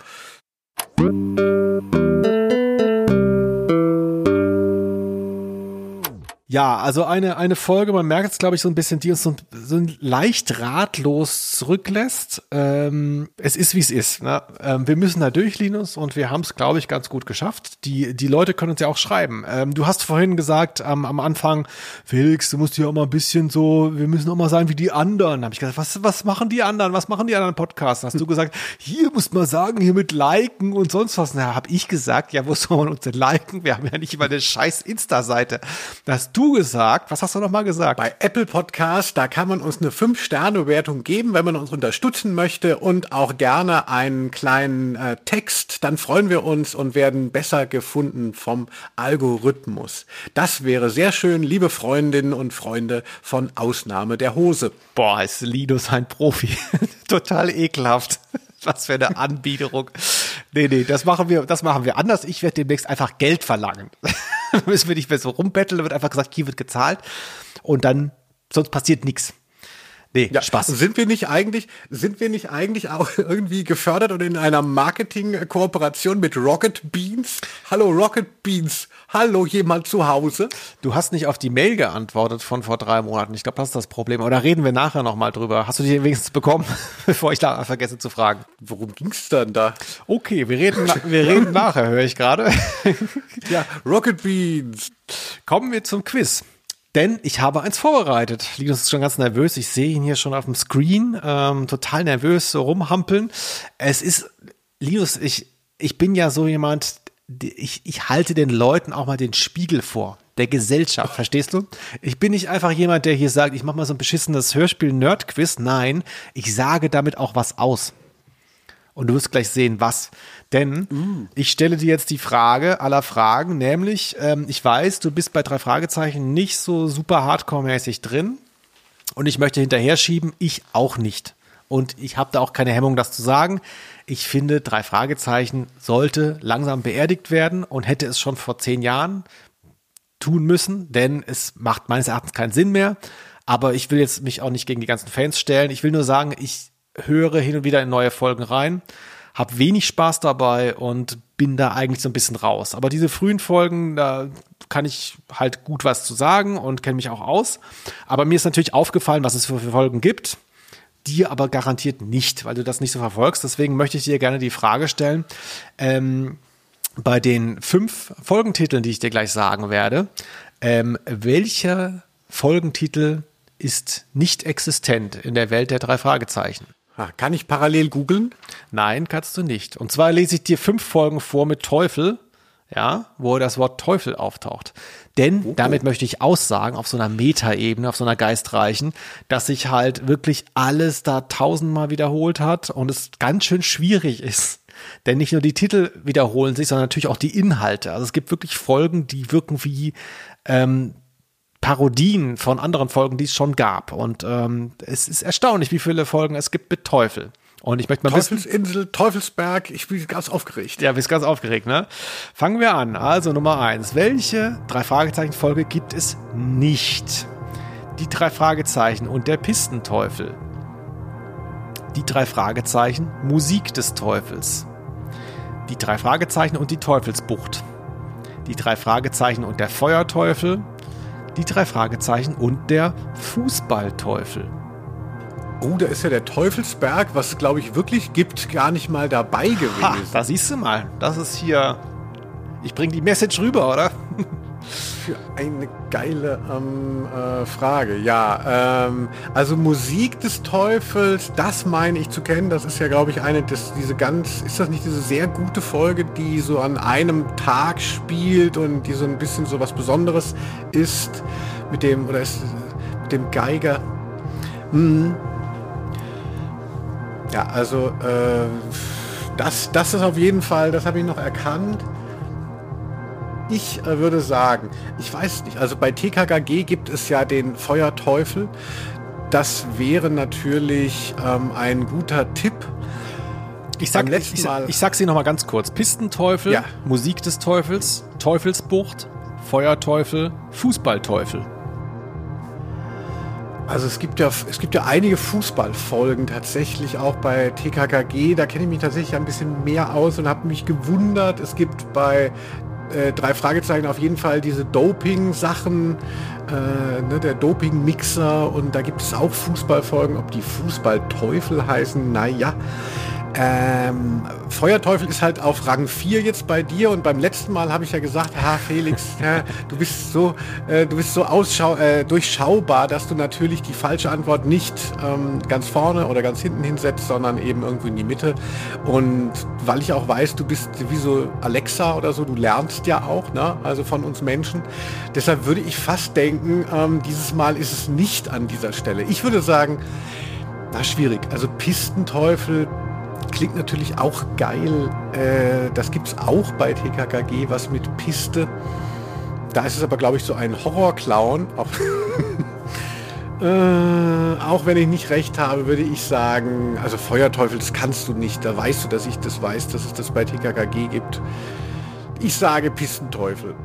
Ja, also eine eine Folge, man merkt jetzt, glaube ich, so ein bisschen, die uns so, so leicht ratlos zurücklässt. Ähm, es ist, wie es ist. Ne? Ähm, wir müssen da durch, Linus, und wir haben es, glaube ich, ganz gut geschafft. Die die Leute können uns ja auch schreiben. Ähm, du hast vorhin gesagt, ähm, am Anfang, Felix, du musst ja auch mal ein bisschen so, wir müssen auch mal sein wie die anderen. Da habe ich gesagt, was was machen die anderen? Was machen die anderen Podcasts? Dann hast du gesagt, hier muss man sagen, hier mit liken und sonst was. Na, habe ich gesagt, ja, wo soll man uns denn liken? Wir haben ja nicht immer eine scheiß Insta-Seite. Da hast du gesagt, was hast du noch mal gesagt? Bei Apple Podcast, da kann man uns eine fünf Sterne Bewertung geben, wenn man uns unterstützen möchte und auch gerne einen kleinen äh, Text, dann freuen wir uns und werden besser gefunden vom Algorithmus. Das wäre sehr schön, liebe Freundinnen und Freunde von Ausnahme der Hose. Boah, ist Linus ein Profi. Total ekelhaft. Was für eine Anbiederung. Nee, nee, das machen wir, das machen wir anders. Ich werde demnächst einfach Geld verlangen. Da müssen wir nicht mehr so rumbetteln, da wird einfach gesagt, hier wird gezahlt und dann, sonst passiert nichts. Nee, ja, Spaß. Sind wir nicht eigentlich, sind wir nicht eigentlich auch irgendwie gefördert und in einer Marketing-Kooperation mit Rocket Beans? Hallo Rocket Beans, hallo jemand zu Hause? Du hast nicht auf die Mail geantwortet von vor drei Monaten. Ich glaube, das ist das Problem. Oder reden wir nachher nochmal drüber. Hast du die wenigstens bekommen, bevor ich da vergesse zu fragen? Worum ging's dann da? Okay, wir reden, wir reden nachher, höre ich gerade. Ja, Rocket Beans. Kommen wir zum Quiz. Denn ich habe eins vorbereitet. Linus ist schon ganz nervös. Ich sehe ihn hier schon auf dem Screen. Ähm, total nervös, so rumhampeln. Es ist, Linus, ich, ich bin ja so jemand, ich, ich halte den Leuten auch mal den Spiegel vor. Der Gesellschaft, verstehst du? Ich bin nicht einfach jemand, der hier sagt, ich mache mal so ein beschissenes Hörspiel-Nerd-Quiz. Nein, ich sage damit auch was aus. Und du wirst gleich sehen, was. Denn mm. ich stelle dir jetzt die Frage aller Fragen, nämlich, ähm, ich weiß, du bist bei drei Fragezeichen nicht so super hardcore-mäßig drin und ich möchte hinterher schieben, ich auch nicht. Und ich habe da auch keine Hemmung, das zu sagen. Ich finde, drei Fragezeichen sollte langsam beerdigt werden und hätte es schon vor zehn Jahren tun müssen, denn es macht meines Erachtens keinen Sinn mehr. Aber ich will jetzt mich auch nicht gegen die ganzen Fans stellen. Ich will nur sagen, ich höre hin und wieder in neue Folgen rein, habe wenig Spaß dabei und bin da eigentlich so ein bisschen raus. Aber diese frühen Folgen, da kann ich halt gut was zu sagen und kenne mich auch aus. Aber mir ist natürlich aufgefallen, was es für Folgen gibt, dir aber garantiert nicht, weil du das nicht so verfolgst. Deswegen möchte ich dir gerne die Frage stellen, ähm, bei den fünf Folgentiteln, die ich dir gleich sagen werde, ähm, welcher Folgentitel ist nicht existent in der Welt der drei Fragezeichen? Kann ich parallel googeln? Nein, kannst du nicht. Und zwar lese ich dir fünf Folgen vor mit Teufel, ja, wo das Wort Teufel auftaucht. Denn okay. damit möchte ich aussagen, auf so einer Metaebene, auf so einer geistreichen, dass sich halt wirklich alles da tausendmal wiederholt hat und es ganz schön schwierig ist. Denn nicht nur die Titel wiederholen sich, sondern natürlich auch die Inhalte. Also es gibt wirklich Folgen, die wirken wie ähm, Parodien von anderen Folgen, die es schon gab. Und ähm, es ist erstaunlich, wie viele Folgen es gibt mit Teufel. Und ich möchte mal Teufelsinsel, wissen, Teufelsberg, ich bin ganz aufgeregt. Ja, bist ganz aufgeregt, ne? Fangen wir an. Also Nummer eins. Welche Drei-Fragezeichen-Folge gibt es nicht? Die drei Fragezeichen und der Pistenteufel. Die drei Fragezeichen, Musik des Teufels. Die drei Fragezeichen und die Teufelsbucht. Die drei Fragezeichen und der Feuerteufel. Die drei Fragezeichen und der Fußballteufel. Oh, da ist ja der Teufelsberg, was es, glaube ich, wirklich gibt, gar nicht mal dabei gewesen. Ha, da siehst du mal. Das ist hier... Ich bringe die Message rüber, oder? Für eine geile ähm, äh, Frage. Ja, ähm, also Musik des Teufels, das meine ich zu kennen. Das ist ja, glaube ich, eine, das, diese ganz... Ist das nicht diese sehr gute Folge, die so an einem Tag spielt und die so ein bisschen so was Besonderes ist mit dem... Oder ist mit dem Geiger... Hm. Ja, also äh, das, das ist auf jeden Fall, das habe ich noch erkannt. Ich äh, würde sagen, ich weiß nicht, also bei T K K G gibt es ja den Feuerteufel. Das wäre natürlich ähm, ein guter Tipp. Ich sag, ich, ich, ich sag sie noch mal ganz kurz. Pistenteufel, ja. Musik des Teufels, Teufelsbucht, Feuerteufel, Fußballteufel. Also es gibt ja es gibt ja einige Fußballfolgen tatsächlich auch bei T K K G. Da kenne ich mich tatsächlich ein bisschen mehr aus und habe mich gewundert. Es gibt bei äh, drei Fragezeichen auf jeden Fall diese Doping-Sachen, äh, ne, der Doping-Mixer, und da gibt es auch Fußballfolgen. Ob die Fußballteufel heißen, naja. Ähm, Feuerteufel ist halt auf Rang vier jetzt bei dir, und beim letzten Mal habe ich ja gesagt, ha Felix, ja, du bist so, äh, du bist so ausschau äh, durchschaubar, dass du natürlich die falsche Antwort nicht ähm, ganz vorne oder ganz hinten hinsetzt, sondern eben irgendwo in die Mitte. Und weil ich auch weiß, du bist wie so Alexa oder so, du lernst ja auch, ne? Also von uns Menschen. Deshalb würde ich fast denken, ähm, dieses Mal ist es nicht an dieser Stelle. Ich würde sagen, na schwierig, also Pistenteufel klingt natürlich auch geil. Äh, das gibt's auch bei T K K G, was mit Piste. Da ist es aber, glaube ich, so ein Horrorclown. Auch, äh, auch wenn ich nicht recht habe, würde ich sagen, also Feuerteufel, das kannst du nicht. Da weißt du, dass ich das weiß, dass es das bei T K K G gibt. Ich sage Pistenteufel.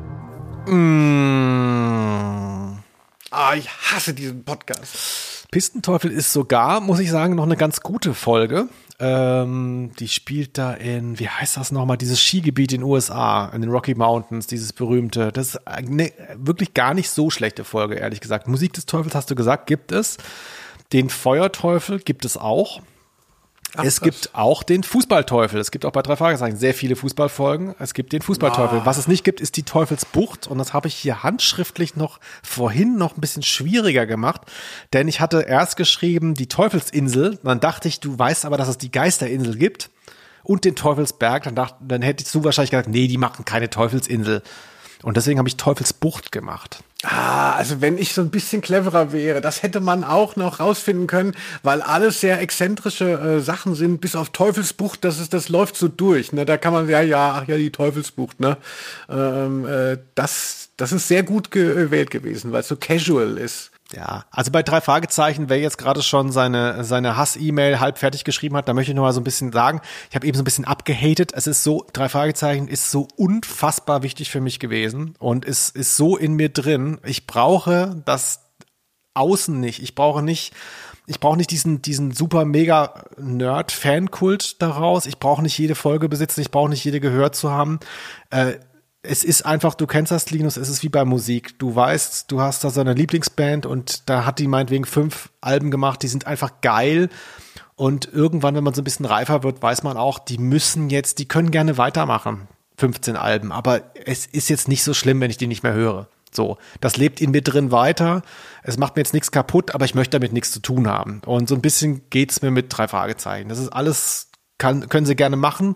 Mm. Ah, ich hasse diesen Podcast. Pistenteufel ist sogar, muss ich sagen, noch eine ganz gute Folge. Ähm, die spielt da in, wie heißt das nochmal, dieses Skigebiet in den U S A, in den Rocky Mountains, dieses berühmte. Das ist eine wirklich gar nicht so schlechte Folge, ehrlich gesagt. Musik des Teufels, hast du gesagt, gibt es. Den Feuerteufel gibt es auch. Ach, es gibt was? Auch den Fußballteufel. Es gibt auch bei drei Fragezeichen sehr viele Fußballfolgen. Es gibt den Fußballteufel. Ah. Was es nicht gibt, ist die Teufelsbucht. Und das habe ich hier handschriftlich noch vorhin noch ein bisschen schwieriger gemacht. Denn ich hatte erst geschrieben die Teufelsinsel. Dann dachte ich, du weißt aber, dass es die Geisterinsel gibt. Und den Teufelsberg. Dann, dachte, dann hättest du wahrscheinlich gesagt, nee, die machen keine Teufelsinsel. Und deswegen habe ich Teufelsbucht gemacht. Ah, also wenn ich so ein bisschen cleverer wäre, das hätte man auch noch rausfinden können, weil alles sehr exzentrische äh, Sachen sind, bis auf Teufelsbucht, das ist, das läuft so durch, ne? Da kann man ja, ja, ach ja, die Teufelsbucht, ne? Ähm, äh, das, das ist sehr gut gewählt gewesen, weil es so casual ist. Ja, also bei drei Fragezeichen, wer jetzt gerade schon seine seine Hass-E-Mail halb fertig geschrieben hat, da möchte ich noch mal so ein bisschen sagen, ich habe eben so ein bisschen abgehatet. Es ist so, drei Fragezeichen ist so unfassbar wichtig für mich gewesen und es ist so in mir drin. Ich brauche das Außen nicht. Ich brauche nicht, ich brauche nicht diesen diesen super mega Nerd-Fankult daraus. Ich brauche nicht jede Folge besitzen. Ich brauche nicht jede gehört zu haben. Äh, Es ist einfach, du kennst das, Linus, es ist wie bei Musik. Du weißt, du hast da so eine Lieblingsband und da hat die meinetwegen fünf Alben gemacht, die sind einfach geil. Und irgendwann, wenn man so ein bisschen reifer wird, weiß man auch, die müssen jetzt, die können gerne weitermachen, fünfzehn Alben. Aber es ist jetzt nicht so schlimm, wenn ich die nicht mehr höre. So, das lebt in mir drin weiter. Es macht mir jetzt nichts kaputt, aber ich möchte damit nichts zu tun haben. Und so ein bisschen geht's mir mit drei Fragezeichen. Das ist alles, kann, können sie gerne machen,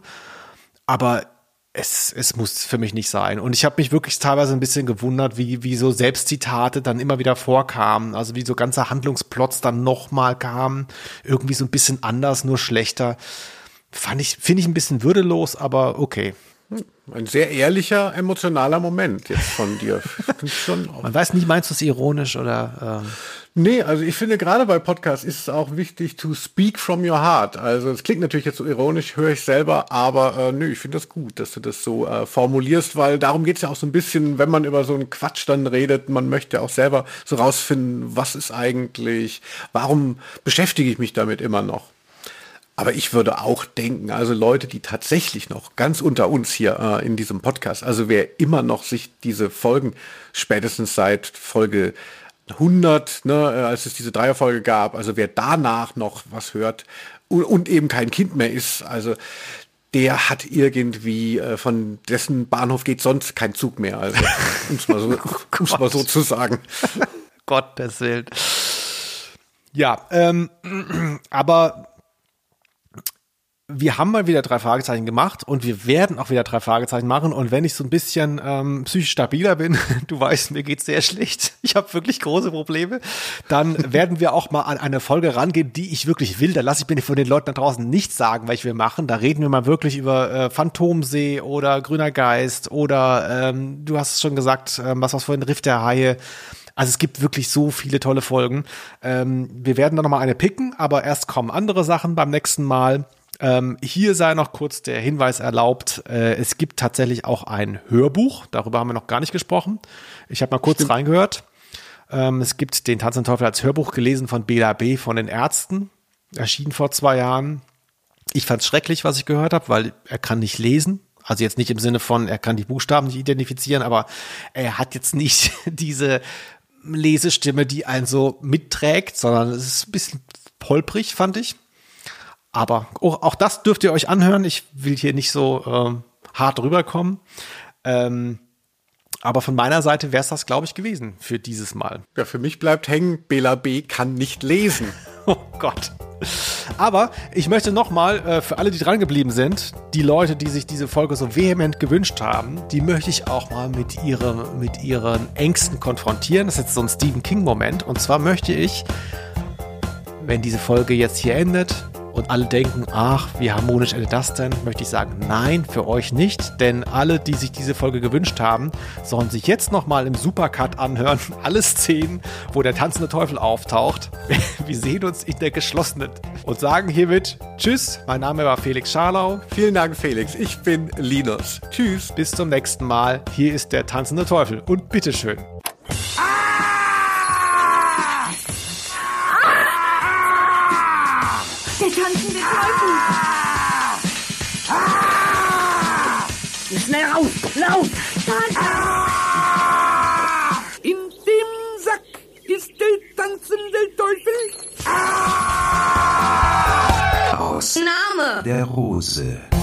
aber Es, es muss für mich nicht sein. Und ich habe mich wirklich teilweise ein bisschen gewundert, wie, wie so Selbstzitate dann immer wieder vorkamen. Also wie so ganze Handlungsplots dann nochmal kamen. Irgendwie so ein bisschen anders, nur schlechter. Fand ich, finde ich ein bisschen würdelos, aber okay. Ein sehr ehrlicher, emotionaler Moment jetzt von dir. Schon Man weiß nicht, meinst du es ironisch oder... Ähm Nee, also ich finde, gerade bei Podcasts ist es auch wichtig to speak from your heart. Also es klingt natürlich jetzt so ironisch, höre ich selber, aber äh, nö, ich finde das gut, dass du das so äh, formulierst, weil darum geht's ja auch so ein bisschen, wenn man über so einen Quatsch dann redet, man möchte auch selber so rausfinden, was ist eigentlich, warum beschäftige ich mich damit immer noch? Aber ich würde auch denken, also Leute, die tatsächlich noch ganz unter uns hier äh, in diesem Podcast, also wer immer noch sich diese Folgen spätestens seit Folge hundert, ne, als es diese Dreierfolge gab, also wer danach noch was hört und, und eben kein Kind mehr ist, also der hat irgendwie, äh, von dessen Bahnhof geht sonst kein Zug mehr, also um es mal, so, um's mal so zu sagen. Gottes Willen. Ja, ähm, aber wir haben mal wieder drei Fragezeichen gemacht und wir werden auch wieder drei Fragezeichen machen. Und wenn ich so ein bisschen ähm, psychisch stabiler bin, du weißt, mir geht's sehr schlecht, ich habe wirklich große Probleme, dann werden wir auch mal an eine Folge rangehen, die ich wirklich will. Da lasse ich mir von den Leuten da draußen nichts sagen, was wir machen. Da reden wir mal wirklich über äh, Phantomsee oder Grüner Geist oder ähm, du hast es schon gesagt, ähm, was was vorhin, Riff der Haie. Also es gibt wirklich so viele tolle Folgen. Ähm, wir werden da noch mal eine picken, aber erst kommen andere Sachen beim nächsten Mal. Ähm, hier sei noch kurz der Hinweis erlaubt, äh, es gibt tatsächlich auch ein Hörbuch, darüber haben wir noch gar nicht gesprochen. Ich habe mal kurz Stimmt. reingehört. Ähm, es gibt den Tanz und Teufel als Hörbuch, gelesen von Bela B. von den Ärzten, erschienen vor zwei Jahren. Ich fand es schrecklich, was ich gehört habe, weil er kann nicht lesen. Also jetzt nicht im Sinne von, er kann die Buchstaben nicht identifizieren, aber er hat jetzt nicht diese Lesestimme, die einen so mitträgt, sondern es ist ein bisschen holprig, fand ich. Aber auch, auch das dürft ihr euch anhören. Ich will hier nicht so ähm, hart rüberkommen. Ähm, aber von meiner Seite wäre es das, glaube ich, gewesen für dieses Mal. Ja, für mich bleibt hängen, Bela B. kann nicht lesen. Oh Gott. Aber ich möchte nochmal, äh, für alle, die dran geblieben sind, die Leute, die sich diese Folge so vehement gewünscht haben, die möchte ich auch mal mit, ihrem, mit ihren Ängsten konfrontieren. Das ist jetzt so ein Stephen King-Moment. Und zwar möchte ich, wenn diese Folge jetzt hier endet, und alle denken, ach, wie harmonisch endet das denn? Möchte ich sagen, nein, für euch nicht. Denn alle, die sich diese Folge gewünscht haben, sollen sich jetzt nochmal im Supercut anhören. Alle Szenen, wo der tanzende Teufel auftaucht. Wir sehen uns in der geschlossenen. Und sagen hiermit Tschüss. Mein Name war Felix Scharlau. Vielen Dank, Felix. Ich bin Linus. Tschüss. Bis zum nächsten Mal. Hier ist der tanzende Teufel. Und bitteschön. Der tanzende Teufel! Ah! Schnell raus! Lauf! Ah! In dem Sack ist der tanzende Teufel. Aus Name der Rose.